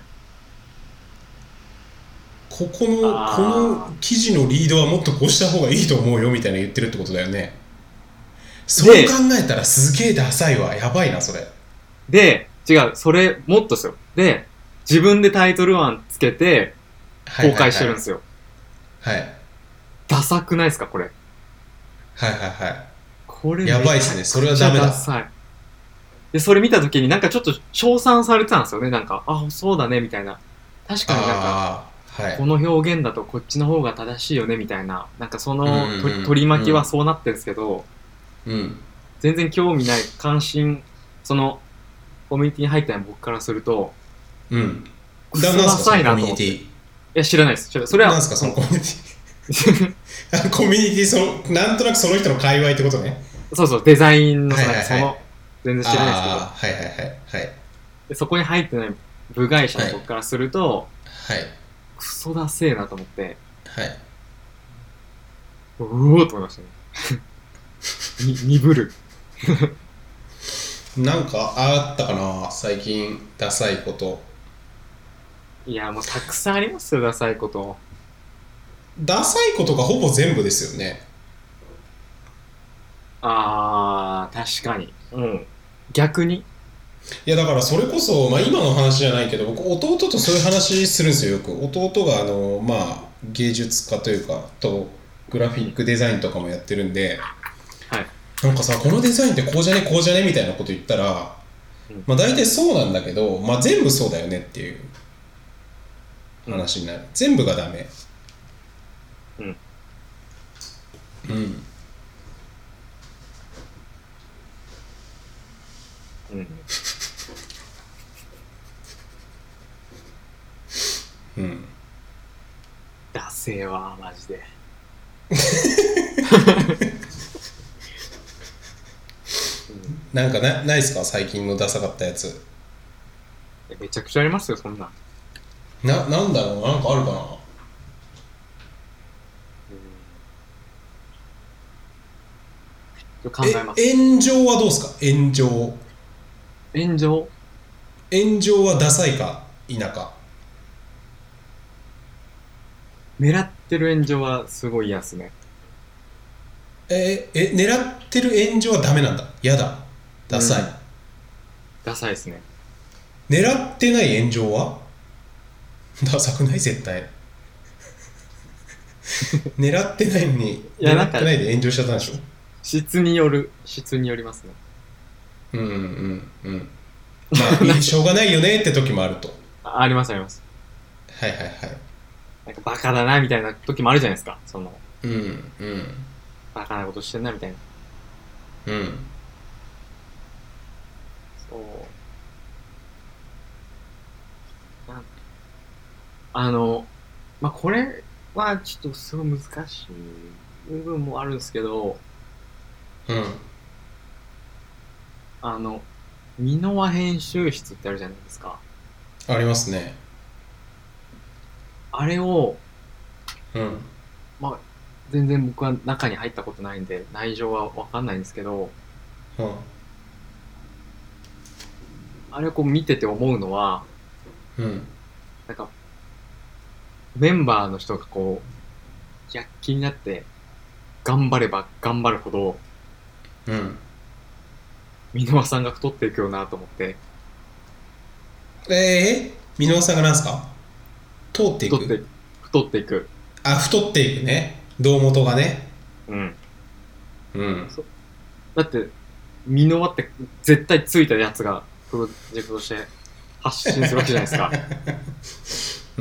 ここのこの記事のリードはもっとこうした方がいいと思うよみたいな言ってるってことだよね。そう考えたらすげえダサいわ。やばいなそれ。 で違う、それもっとですよ。で自分でタイトル案つけて公開してるんですよ。 はいはいはい、はい、 ダサくないですかこれ。 はいはいはい。 これやばいですね。それはダメだ。 ダサい。でそれ見たときになんかちょっと称賛されてたんですよね。なんかあそうだねみたいな。確かになんか、はい、この表現だとこっちの方が正しいよねみたいな。なんかその、うんうん、取り巻きはそうなってるんですけど、 うん、 全然興味ない関心、そのコミュニティに入ったの僕からすると、 うん、 クソダサいなと思って。いや知らないです。それはなんすかそのコミュニティコミュニティ、そのなんとなくその人の界隈ってことね。 そうそう、デザインの、はいはいはい、その全然知らないですけど、 はいはいはいはい。 でそこに入ってない部外者の僕からすると、 はい、 クソダセえなと思って、 はい、 うおーと思いましたね。に鈍る。 なんかあったかな最近ダサいこと。 いやもうたくさんありますよダサいこと。 ダサいことがほぼ全部ですよね。 あー確かに。うん。逆に。 いやだからそれこそ、まあ、今の話じゃないけど僕弟とそういう話するんですよよく。弟があのまあ芸術家というかとグラフィックデザインとかもやってるんで、 はい、 なんかさこのデザインってこうじゃねこうじゃねみたいなこと言ったら、うん、まあ大体そうなんだけど、まあ、全部そうだよねっていう話になる、うん、全部がダメ。 うんうんうんうん、 ダセーわマジで。 なんか な, ないっすか最近のダサかったやつ。 めちゃくちゃありますよそんな。 な、なんだろうなんかあるかな。 うん、考えます。 炎上はどうっすか？炎上炎上炎上はダサいか否か。 狙ってる炎上はすごい嫌っすね。 ええ狙ってる炎上はダメなんだ。やだ。ダサい、うん、 ダサいですね。 狙ってない炎上はダサくない？絶対。 狙ってないのにいや狙ってないで炎上しちゃったんでしょ。 質による質によりますね。 うんうんうん。まあしょうがないよねって時もあると。 あ, ありますあります。 はいはいはい。 なんかバカだなみたいな時もあるじゃないですか。そのうんうん。 バカなことしてんなみたいな。 うん。 そうなあのまあこれはちょっとすごい難しい部分もあるんですけど、 うん。 あの箕輪編集室ってあるじゃないですか。 ありますね。 あれを、 うん。 まあ全然僕は中に入ったことないんで内情は分かんないんですけど、 うん。 あれをこう見てて思うのは、 うん。 なんかメンバーの人がこう躍起になって頑張れば頑張るほど、 うん。 箕輪さんが太っていくよなと思って。 えー、箕輪さんがなんすか？通っていく？ 太って太っていく。 あ、太っていくね。胴元がね。 うん。 うん。 だって箕輪って絶対ついたやつがプロジェクトとして発信するわけじゃないですか。 うん。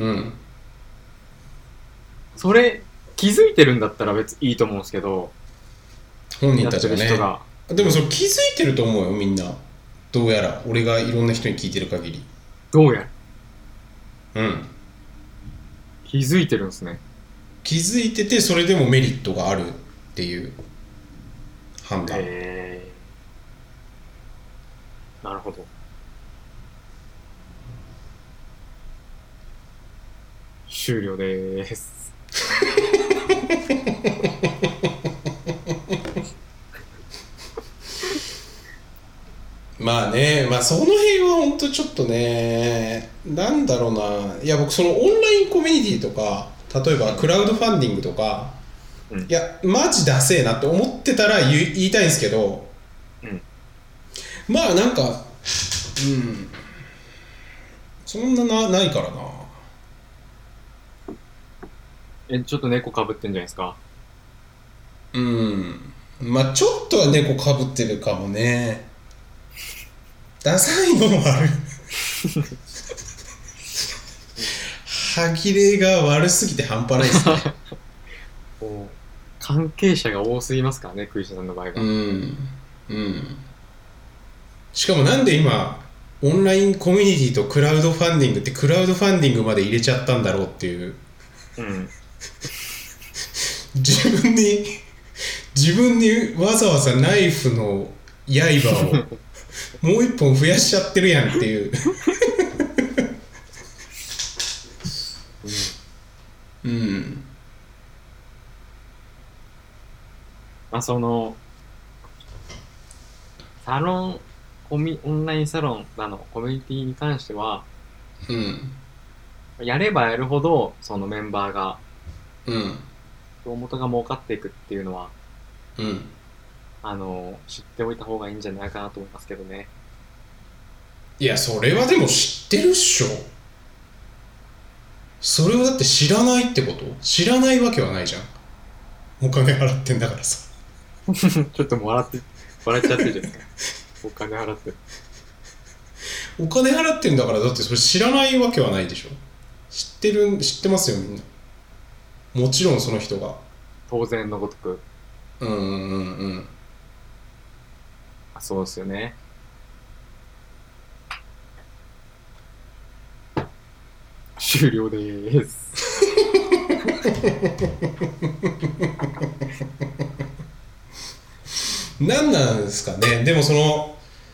それ気づいてるんだったら別にいいと思うんですけど、 本人たちがね。 やってる人がでもそれ気づいてると思うよみんな。どうやら俺がいろんな人に聞いてる限り。 どうやうん。 気づいてるんですね。 気づいててそれでもメリットがあるっていう判断。 へー、なるほど。終了でーす。 まあね、まあその辺は本当ちょっとね、なんだろうな。いや僕そのオンラインコミュニティとか、例えばクラウドファンディングとか、うん、いやマジダセえなって思ってたら 言, 言いたいんですけど、うん、まあなんか、うん、そんな な, ないからな。 え、ちょっと猫かぶってんじゃないですか。 うん、まあちょっとは猫かぶってるかもね。ダサいのもある。歯切れが悪すぎて半端ないですね。 関係者が多すぎますからね、クイシさんの場合は。 うんうん。しかもなんで今オンラインコミュニティとクラウドファンディングってクラウドファンディングまで入れちゃったんだろうっていう、うん、自分に自分にわざわざナイフの刃をもう一本増やしちゃってるやんっていううん、うん、 まあそのサロンコミオンラインサロンなのコミュニティに関しては、うん、やればやるほどそのメンバーが、うん、大元が儲かっていくっていうのは、うん、あの知っておいた方がいいんじゃないかなと思いますけどね。 いやそれはでも知ってるっしょ。それをだって知らないってこと？知らないわけはないじゃん。お金払ってんだからさ。 ちょっともう笑って笑っちゃってるじゃないですか。お金払ってお金払ってんだからだってそれ知らないわけはないでしょ。知ってる知ってますよみんな。もちろんその人が当然のごとく。 うんうんうんうん。 あ、そうですよね。終了でーす。 何なんですかね。でもその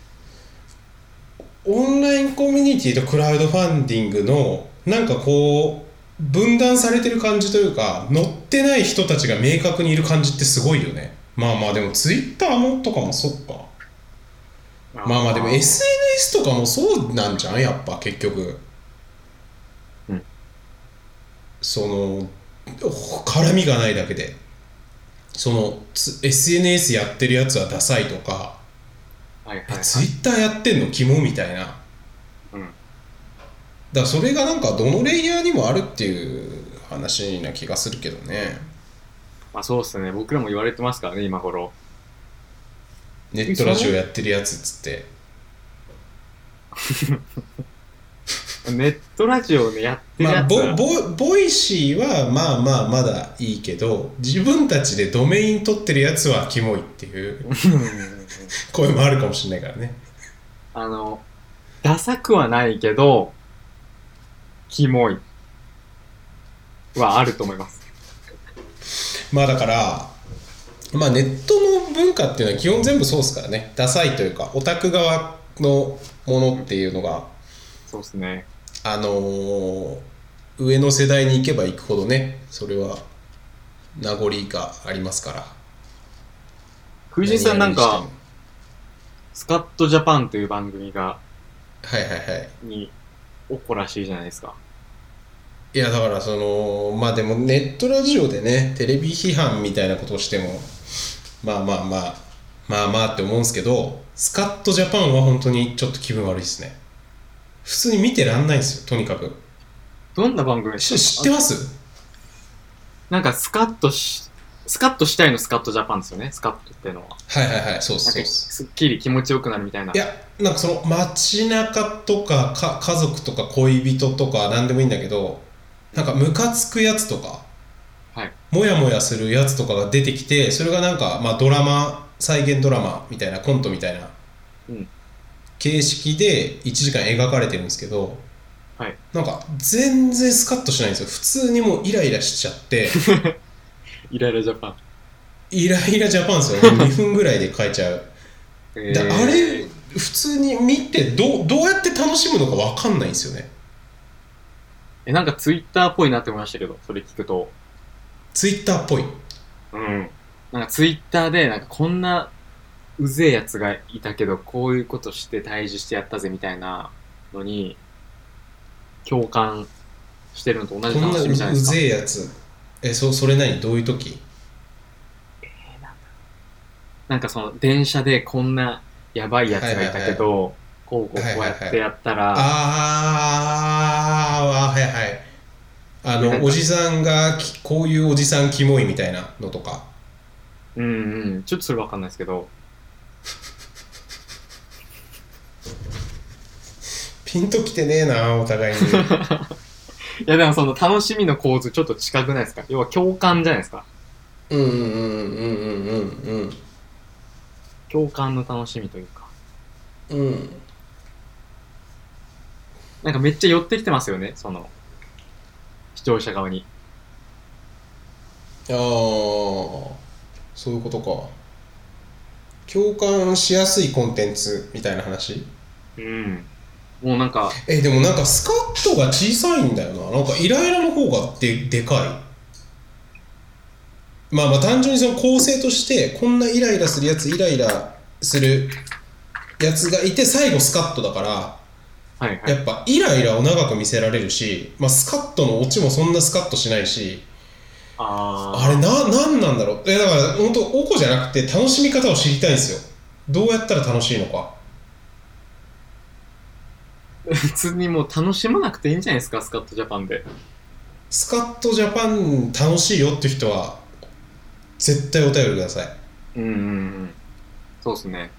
オンラインコミュニティとクラウドファンディングのなんかこう分断されてる感じというか、乗ってない人たちが明確にいる感じってすごいよね。まあまあでもツイッターもとかもそっか。あまあまあでも エスエヌエス とかもそうなんじゃんやっぱ結局。うん。その絡みがないだけで、その エスエヌエス やってるやつはダサいとか、はいはいはい、ツイッターやってんのキモみたいな、うん、だからそれがなんかどのレイヤーにもあるっていう話な気がするけどね。 まあそうっすね。僕らも言われてますからね、今頃。 ネットラジオやってるやつっつってネットラジオねやってるやつは、 まあ、ボ, ボ, ボイシーはまあまあまだいいけど、自分たちでドメイン取ってるやつはキモいっていう声もあるかもしれないからね。 あのダサくはないけどキモいはあると思います。 まあだからまあネットの文化っていうのは基本全部そうですからね。ダサいというかオタク側のものっていうのが、 そうですね。 あのー、上の世代に行けば行くほどね、それは名残がありますから。 藤井さんなんかスカットジャパンという番組がはいはいはいにおこらしいじゃないですか。 いやだからそのまあでもネットラジオでねテレビ批判みたいなことをしてもまあまあまあまあまあって思うんですけど、スカットジャパンは本当にちょっと気分悪いですね。普通に見てらんないんですよ、とにかく。 どんな番組ですか？ 知ってます？ なんかスカッとしスカッとしたいのスカットジャパンですよね。スカッとっていうのは。 はいはいはい、そうそうです。 すっきり気持ちよくなるみたいな。 いやなんかその街中とか、か家族とか恋人とか何でもいいんだけど、なんかムカつくやつとか、 はい、 モヤモヤするやつとかが出てきて、それがなんかまあドラマ再現ドラマみたいなコントみたいな形式でいちじかん描かれてるんですけど、 はい、 なんか全然スカッとしないんですよ。普通にもうイライラしちゃってイライラジャパンイライラジャパンですよにふんぐらいで書いちゃう、えー、であれ普通に見てど う, どうやって楽しむのか分かんないんですよね。 えなんかツイッターっぽいなって思いましたけど、それ聞くとツイッターっぽい。 うん。なんかツイッターでなんかこんなうぜえやつがいたけどこういうことして退治してやったぜみたいなのに共感してるのと同じ楽しみじゃないですか。 こんなうぜえやつえ そ, それ何どういう時？ えー、なんだなんかその電車でこんなやばいやつがいたけど、はいはいはい、こうこうこうやってやったら、 はいはいはい、ああはいはいあのおじさんがこういうおじさんキモいみたいなのとか。 うんうんちょっとそれ分かんないですけどピンときてねえなお互いにいやでもその楽しみの構図ちょっと近くないですか？要は共感じゃないですか。 うんうんうんうんうんうん共感の楽しみというか、 うんなんかめっちゃ寄ってきてますよね、その視聴者側に。 ああそういうことか。共感しやすいコンテンツみたいな話。 うんもうなんかえでもなんかスカッとが小さいんだよな。なんかイライラの方が で, でかい。まあまあ単純にその構成としてこんなイライラするやつイライラするやつがいて最後スカッとだから、 はいはい、 やっぱイライラを長く見せられるし、まあ、スカッとのオチもそんなスカッとしないし、 ああれななんなんだろう。えだから本当おこじゃなくて楽しみ方を知りたいんですよ。どうやったら楽しいのか。 普通にもう楽しまなくていいんじゃないですか、スカットジャパンで。 スカットジャパン楽しいよって人は絶対お便りください。 うんうんうんそうですね。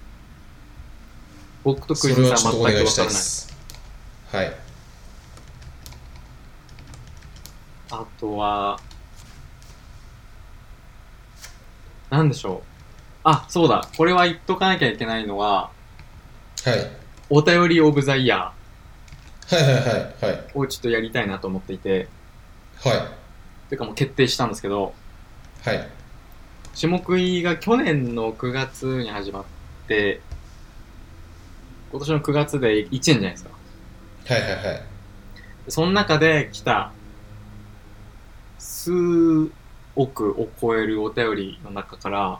僕とクリスさんは全く分からない。それはちょっとお願いしたいです。 はい。 あとはなんでしょう。あ、そうだ。これは言っとかなきゃいけないのは、 はい。 お便りオブザイヤー。はいはいはいはい。 をちょっとやりたいなと思っていて。 はい。 てかもう決定したんですけど。 はい。 下食いが去年のくがつに始まって、今年のくがつでいちねんじゃないですか。 はいはいはい。 その中で来た数億を超えるお便りの中から、 はい。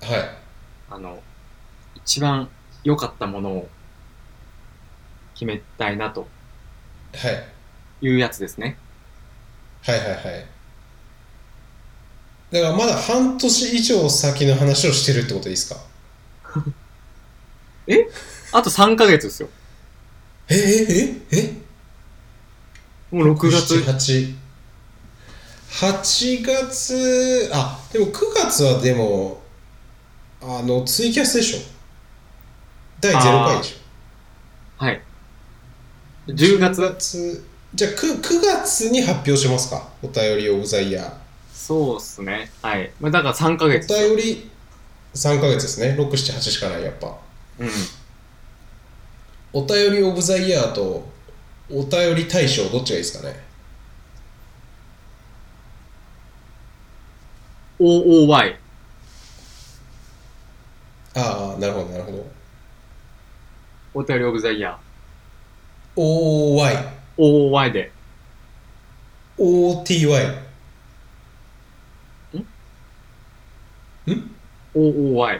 あの、一番良かったものを決めたいなと。 はい。 いうやつですね。 はいはいはい。だからまだ半年以上先の話をしてるってことでいいですか？ え？あとさんかげつですよ。 ええええもうろくがつ。 ろく、しち、はち。 はちがつ、あ、でもくがつはでも、あの、ツイキャスでしょ。だいゼロかいでしょ。 はい。じゅうがつ。 じゅうがつ、じゃあ 9, 9月に発表しますか。お便りオブザイヤー。 そうっすね。はい。まあ、だからさんかげつ。 お便りさんかげつですね。ろく、なな、はちしかない、やっぱ。 うん。 お便りオブザイヤーとお便り大賞どっちがいいですかね。 オーオーワイ。 ああ、なるほどなるほど。 お便りオブザイヤー。 オーワイ。 オーオーワイ で。 オーティーワイ。 んんオーオーワイ。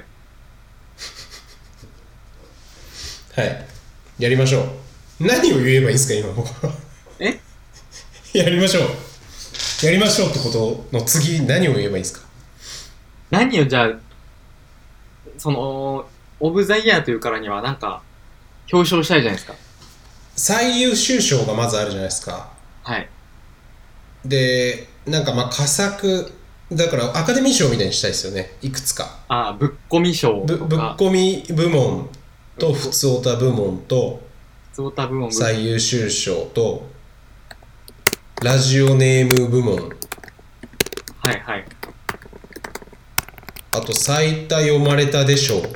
はい。やりましょう。何を言えばいいですか、今僕は。 えやりましょう。やりましょうってことの次、何を言えばいいですか。 何をじゃあ、その、オブザイヤーというからにはなんか、表彰したいじゃないですか。 最優秀賞がまずあるじゃないですか。 はい。 で、なんかまあ佳作、だからアカデミー賞みたいにしたいですよね。いくつか。 ああ、ぶっこみ賞とか。 ぶぶっこみ部門と普通オタ部門と普通オタ部門。 最優秀賞とラジオネーム部門。 はいはい。 あと最多読まれたでしょう。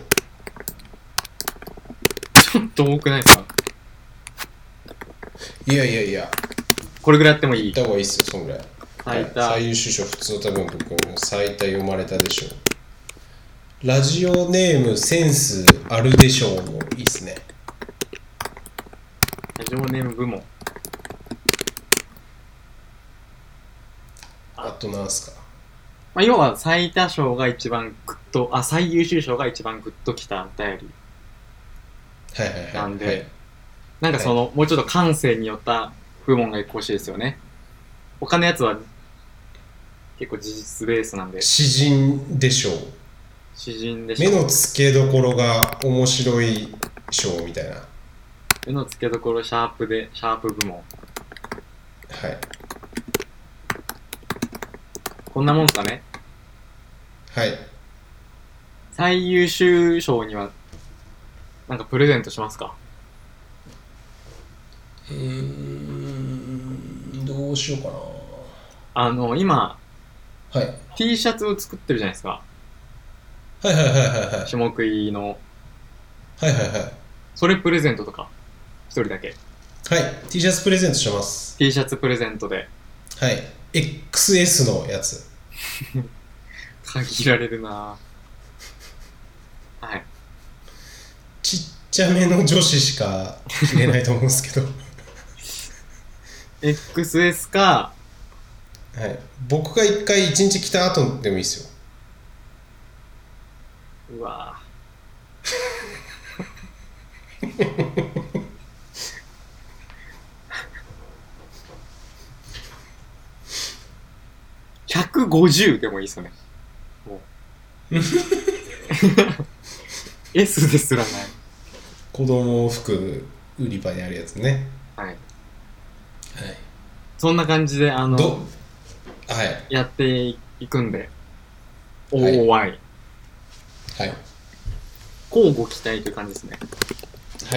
ちょっと多くないですか。 いやいやいや。 これぐらいやってもいい。 言った方がいいっすよ、そんぐらい。 最多、 はい、最優秀賞普通オタ部門と最多読まれたでしょう。ラジオネームセンスあるでしょうもいいっすね。 ラジオネーム部門。 あとなんすか。 まあ、要は最多賞が一番グッと、あ、最優秀賞が一番グッときたお便り。 はいはいはい。 なんで、 はい、 なんかその、はい、もうちょっと感性によった部門が一個欲しいですよね。他のやつは結構事実ベースなんで。 詩人でしょう。 詩人でしょう。 目の付けどころが面白い賞みたいな。 目の付けどころシャープで、シャープ部門。 はい。 こんなもんすかね。 はい。 最優秀賞にはなんかプレゼントしますか。 うーん、どうしようかな。 あの今、 はい、 T シャツを作ってるじゃないですか。 はいはいはいはいはい。 下食いの。 はいはいはい。 それプレゼントとか一人だけ。 はい。T シャツプレゼントします。 T シャツプレゼントで。 はい。エックスエス のやつ。 限られるなぁ。はい。 ちっちゃめの女子しか着れないと思うんですけど。 エックスエス か。 はい。僕が一回一日着た後でもいいですよ。 うわぁ。ひゃくごじゅうでもいいっすよね。もうS ですらない。 子供服売り場にあるやつね。 はい。はい。 そんな感じであのはい、 やっていくんで、オーオーワイ。 はい。 交互期待という感じですね。 はい。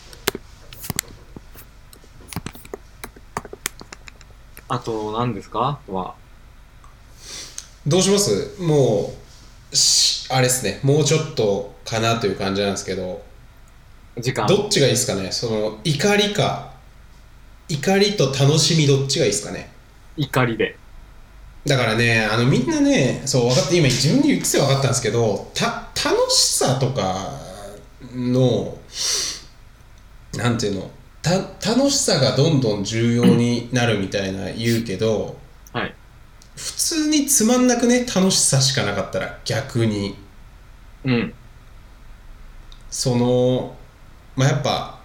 あと何ですかは。 どうします？もうしあれですね。もうちょっとかなという感じなんですけど。 時間。 どっちがいいですかね。その怒りか怒りと楽しみどっちがいいですかね。 怒りで。 だからね、あのみんなね、そう分かって今自分で言ってて分かったんですけど、た楽しさとかのなんていうの、た楽しさがどんどん重要になるみたいな言うけど、 はい。 普通につまんなくね、楽しさしかなかったら逆に。 うん。 そのまあやっぱ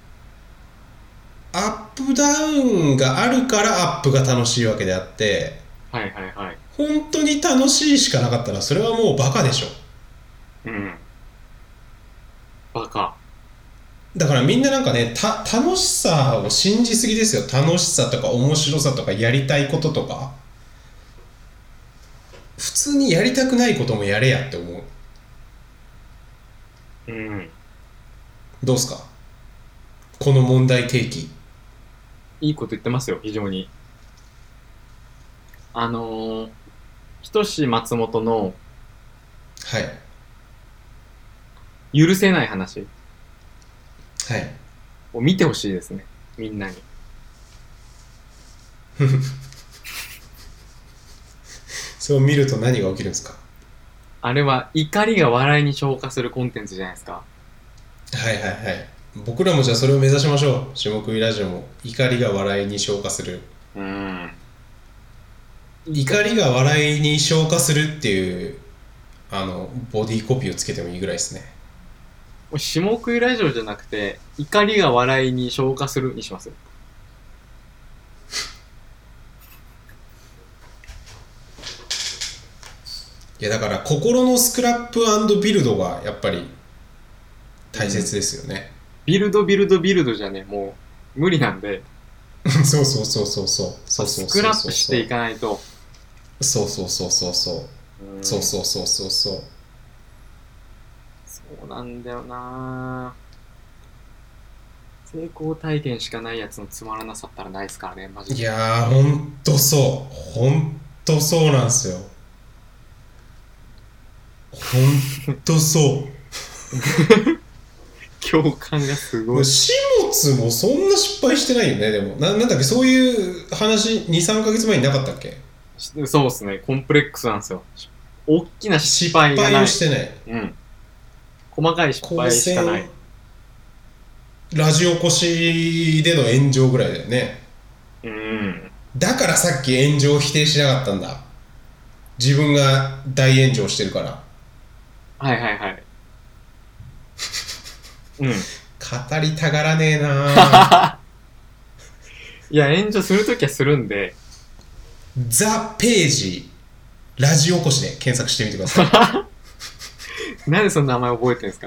アップダウンがあるからアップが楽しいわけであって、 はいはいはい。 本当に楽しいしかなかったらそれはもうバカでしょ。 うん。バカ。 だからみんななんかね、た楽しさを信じすぎですよ。楽しさとか面白さとかやりたいこととか。 普通にやりたくないこともやれやって思う。 うん。 どうすかこの問題提起。 いいこと言ってますよ、非常に。あのー、ひとし松本のはい許せない話はいを見てほしいですね、みんなに。 そう見ると何が起きるんですか？ あれは怒りが笑いに昇華するコンテンツじゃないですか。 はいはいはい。僕らもじゃあそれを目指しましょう。下食いラジオも怒りが笑いに昇華する。 うん。 怒りが笑いに昇華するっていうあのボディーコピーをつけてもいいぐらいですね。 もう下食いラジオじゃなくて怒りが笑いに昇華するにします。 いやだから心のスクラップ&ビルドがやっぱり大切ですよね。 ビルドビルドビルドじゃねもう無理なんでそうそうそうそうそうそうスクラップしていかないと。 そうそうそうそうそうそうそうそうそうそうそうなんだよな。成功体験しかないやつのつまらなさったらないですからね、マジで。 いやーほんとそうほんとそうなんですよ。ほんとそう共感がすごい。 始末もそんな失敗してないよね。でも な, なんだっけそういう話 に,さん ヶ月前になかったっけ？ そうですね、コンプレックスなんですよ。大きな失敗がない。 失敗をしてない。 うん。細かい失敗しかない。 ラジオ越しでの炎上ぐらいだよね。 うん。 だからさっき炎上を否定しなかったんだ。自分が大炎上してるから。 はいはいはい。うん。 語りたがらねえな。 いや炎上するときはするんで。 ザ・ページラジオ起こしで検索してみてください。なんでその名前覚えてるんですか？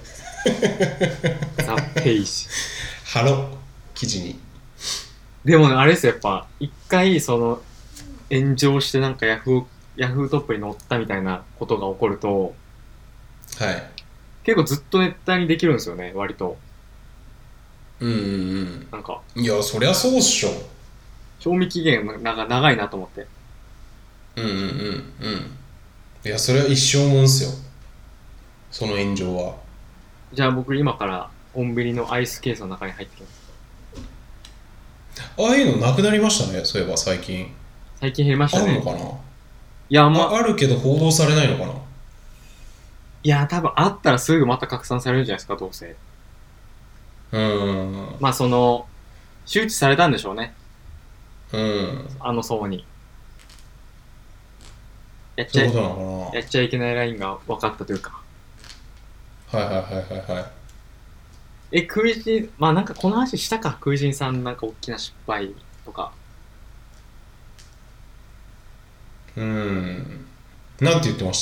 ザ・ページ。 ハロ記事に。 でもねあれですよ、やっぱ一回その炎上してなんかヤフーヤフートップに載ったみたいなことが起こると、 はい。 結構ずっとネタにできるんですよね、割と。 うんうんうん。 なんか。 いやそりゃそうっしょ。 賞味期限が長いなと思って。 うんうんうんうん。いやそれは一生もんっすよ。その炎上は。じゃあ僕今からコンビニのアイスケースの中に入ってきます。 ああいうのなくなりましたね、そういえば最近。 最近減りましたね。 あるのかな？いや、 まあ、あるけど報道されないのかな？ いや、多分あったらすぐまた拡散されるんじゃないですか、どうせ。 うーん。 まあその、周知されたんでしょうね。 うん。 あの層に。やっちゃい、やっちゃいけないラインが分かったというか。 はいはいはいはいはい。 え、クイジン、まあなんかこの話したか、クイジンさんなんか大きな失敗とか。 うーん。なんて言ってました？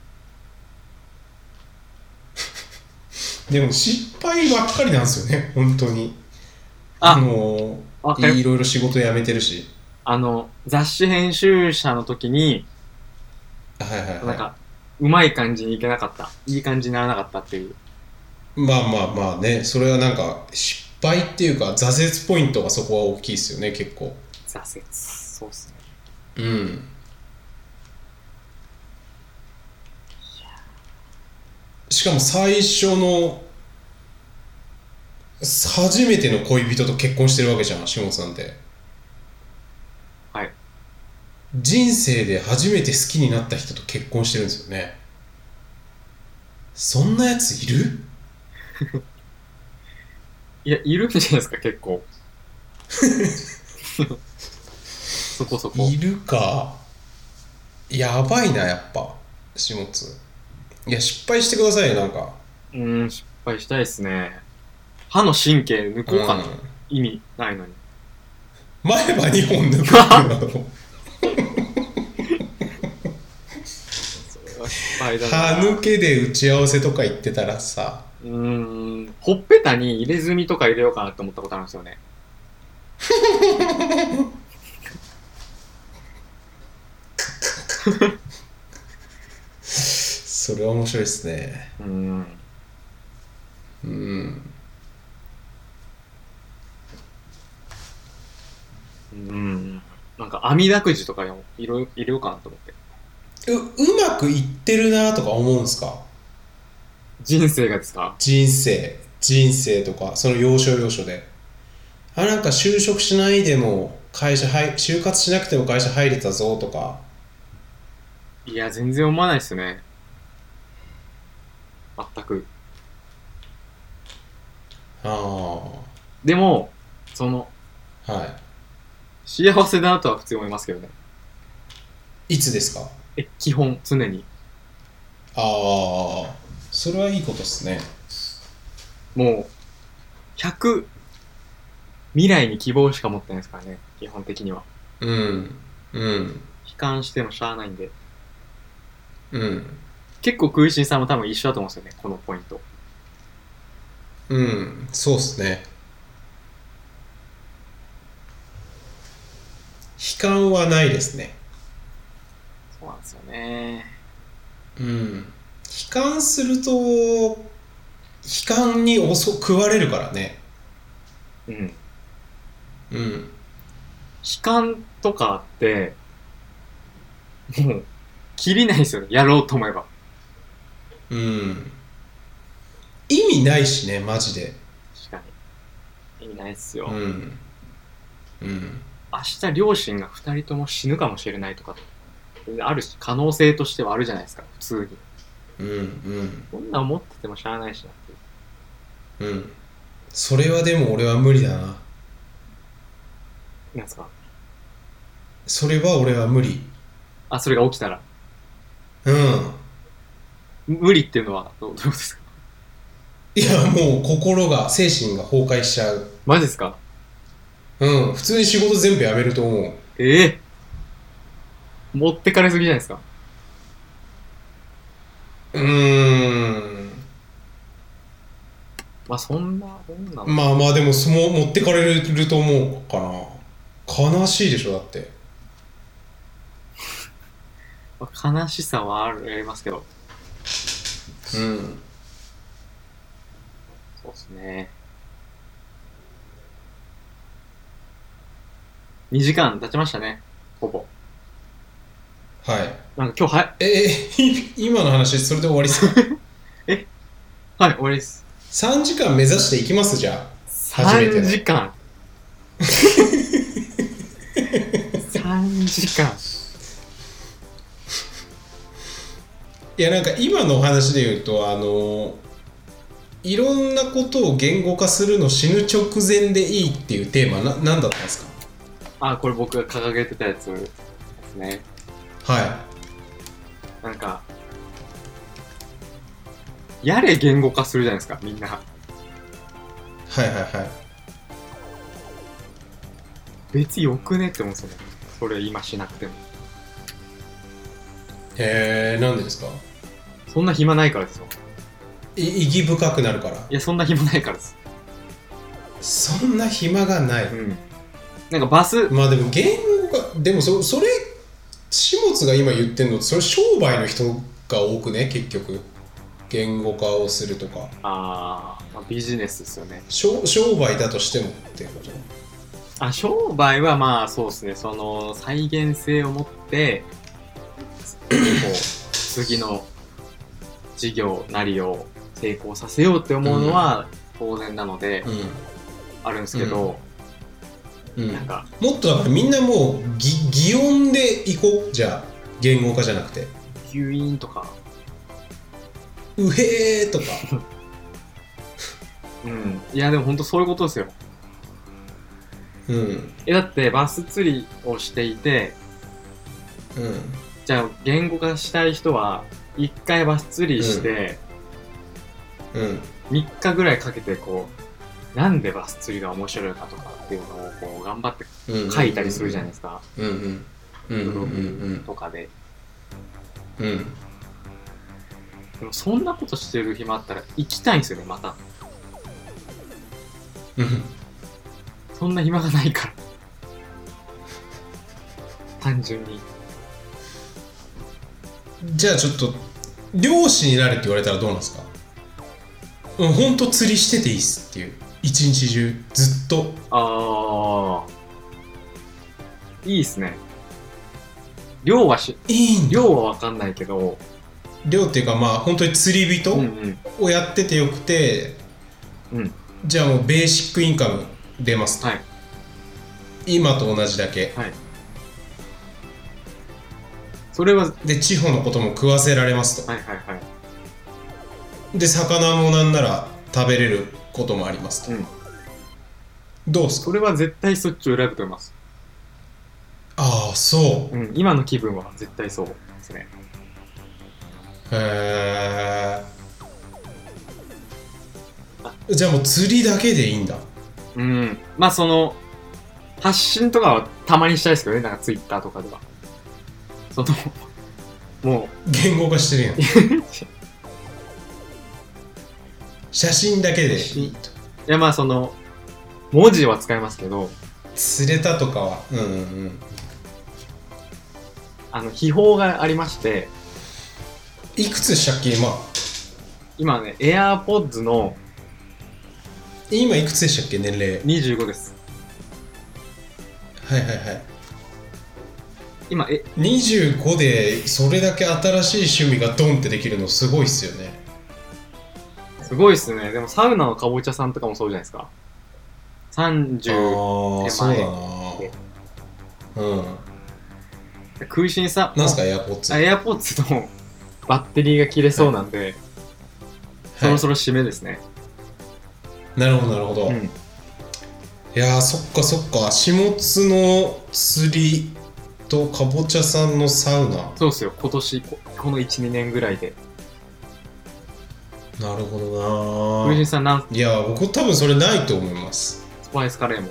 でも失敗ばっかりなんですよね、本当に。あ、あのー、いろいろ仕事辞めてるし。 あの、雑誌編集者の時に、 はいはいはい。 なんか、うまい感じにいけなかった。いい感じにならなかったっていう。 まあまあまあね、それはなんか失敗っていうか挫折ポイントがそこは大きいですよね、結構。 挫折、そうっすね。 うん。しかも最初の初めての恋人と結婚してるわけじゃん、下津なんて。 はい。 人生で初めて好きになった人と結婚してるんですよね。そんなやついる？ いや、いるんじゃないですか、結構。そこそこ。 いるか。やばいな、やっぱ。下津。いや、失敗してくださいよ、なんか。 うーん、失敗したいっすね。歯の神経抜こうかな。うん、意味ないのに。 前歯にほん抜くっていうの歯抜けで打ち合わせとか行ってたらさ、 うーん、ほっぺたに入れ墨とか入れようかなって思ったことあるんですよね。 それは面白いですね。 うんうんうんなんか網だくじとかにいろいろ入れようかなと思って。 う, うまくいってるなとか思うんですか？ 人生がですか？ 人生人生とかその要所要所で、あなんか就職しないでも会社入就活しなくても会社入れたぞとか。 いや全然思わないですね、全く。 あでもそのあは幸せだなとは普通に思いますけどね。 い。いつですか？ え基本常に。 ああそれはいいことですね。 もうひゃく未来に希望しか持ってないですからね、基本的には。 うんうん悲観してもしゃあないんで。 うん結構食いしんさんも多分一緒だと思うんですよね、このポイント。 うんそうっすね。悲観はないですね。 そうなんですよね。 うん悲観すると悲観に襲食われるからね。 うんうん悲観とかってもう切りないですよね、やろうと思えば。 うん意味ないしねマジで。 確かに意味ないっすよ、 うんうん明日両親がふたりとも死ぬかもしれないとかあるし、可能性としてはあるじゃないですか、普通に。 うんうんそんな思っててもしゃあないしなっていう。 うんそれはでも俺は無理だな。 なんですか？ それは俺は無理。 あ、それが起きたらうん無理っていうのはどうどういうことですか？ いやもう心が精神が崩壊しちゃう。 マジですか？ うん普通に仕事全部やめると思う。 ええー、持ってかれすぎじゃないですか。 うーんまあそんなそんなまあまあでもその持ってかれると思うかな。悲しいでしょだって。 悲しさはありますけど。 うんそうですね。にじかん経ちましたね、ほぼ。 はいなんか今日はえー、今の話それで終わりですか？ えはい終わりです。 さんじかん目指していきますじゃあ初めてのさんじかんさんじかんいやなんか今のお話で言うとあのいろんなことを言語化するの死ぬ直前でいいっていうテーマな何だったんですか？ あ、これ僕が掲げてたやつですね。 はなんかやれ言語化するじゃないですかみんな。 いはいはいはい別によくねって思うんですよね、それ今しなくても。 へえなんでですか？ そんな暇ないからですよ。 い意義深くなるから。 いやそんな暇ないからです。 そんな暇がない、 うん。なんかバスまあでも言語化でも そ, それ始末が今言ってんのってそれ商売の人が多くね結局言語化をするとか。 あー、まあ、ビジネスですよね。 商商売だとしてもっていうこと。 あ、商売はまあそうですね、その再現性を持ってこう次の事業なりを成功させようって思うのは当然なので、 うん、 あるんですけど、 うんうん、 なんかもっとだからみんなもう擬擬音でいこう。じゃあ言語化じゃなくてギュイーンとかうへーとかうん、いやでも本当そういうことですよ。 うん、 えだってバス釣りをしていて、 うん、 じゃあ言語化したい人は一回バス釣りして、 うんうん、 みっかぐらいかけてこうなんでバス釣りが面白いかとかっていうのをこう頑張って書いたりするじゃないですか、 うんうんうんうんブログとかで。 うんうんでもそんなことしてる暇あったら行きたいんですよねまた。 うんそんな暇がないから単純に。 じゃあちょっと漁師になれって言われたらどうなんですか？うん、ほんと釣りしてていいっすっていう、一日中ずっと。 ああ、いいっすね。漁はしいいんだ。 漁は分かんないけど、 漁っていうかまあ本当に釣り人うんうんをやっててよくて、 うん、 じゃあもうベーシックインカム出ますと、 はい今と同じだけ、 はい。それははで地方のことも食わせられますと、 いはいはい。 で魚もなんなら食べれることもありますと、 うん。 どうすか？ それは絶対そっちを選ぶと思います。 ああそううん。今の気分は絶対そうですね。 へえ。じゃあもう釣りだけでいいんだ。 うん。まあその発信とかはたまにしたいですけどね。なんかツイッターとかでは。そのも言語化してるやん写真だけでいいと。 ういやまあその文字は使いますけど、 釣れたとかはうんうんうん。 あの秘宝がありまして、 いくつでしたっけ今？ 今ね AirPods の今いくつでしたっけ年齢？ にじゅうごです。 はいはいはい。 今えにじゅうごでそれだけ新しい趣味がドンってできるのすごいっすよね。 すごいっすね。でもサウナのかぼちゃさんとかもそうじゃないですか。さんじゅうああそうだな。うん。 空心さなんすか AirPods？ AirPods のバッテリーが切れそうなんで、はい、そろそろ締めですね。 なるほどなるほど、うん、いやーそっかそっか。下津の釣りとかぼちゃさんのサウナ。 そうっすよ。今年こ、このいち、にねんぐらいで。 なるほどな。 空心さんなんいや僕多分それないと思います。 スパイスカレーも。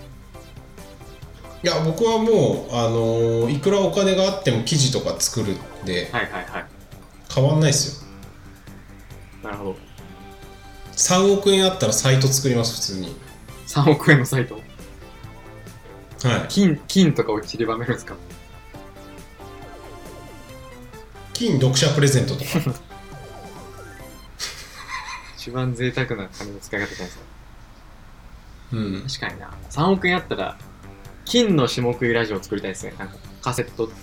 いや僕はもうあのー、いくらお金があっても生地とか作るんで、 はいはいはい、 変わんないっすよ。 なるほど。 さんおくえんあったらサイト作ります普通に。 さんおくえんのサイト。 はい。 金金とかを散りばめるんですか？ 金読者プレゼントとか一番贅沢な金の使い方じゃないですか。 うん。 確かにな。さんおくえんあったら金の下食いラジオを作りたいですね。なんかカセット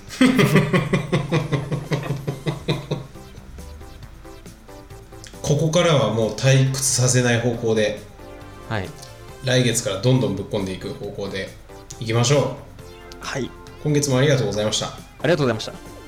ここからはもう退屈させない方向で、 はい、 来月からどんどんぶっ込んでいく方向でいきましょう。 はい。 今月もありがとうございました。 ありがとうございました。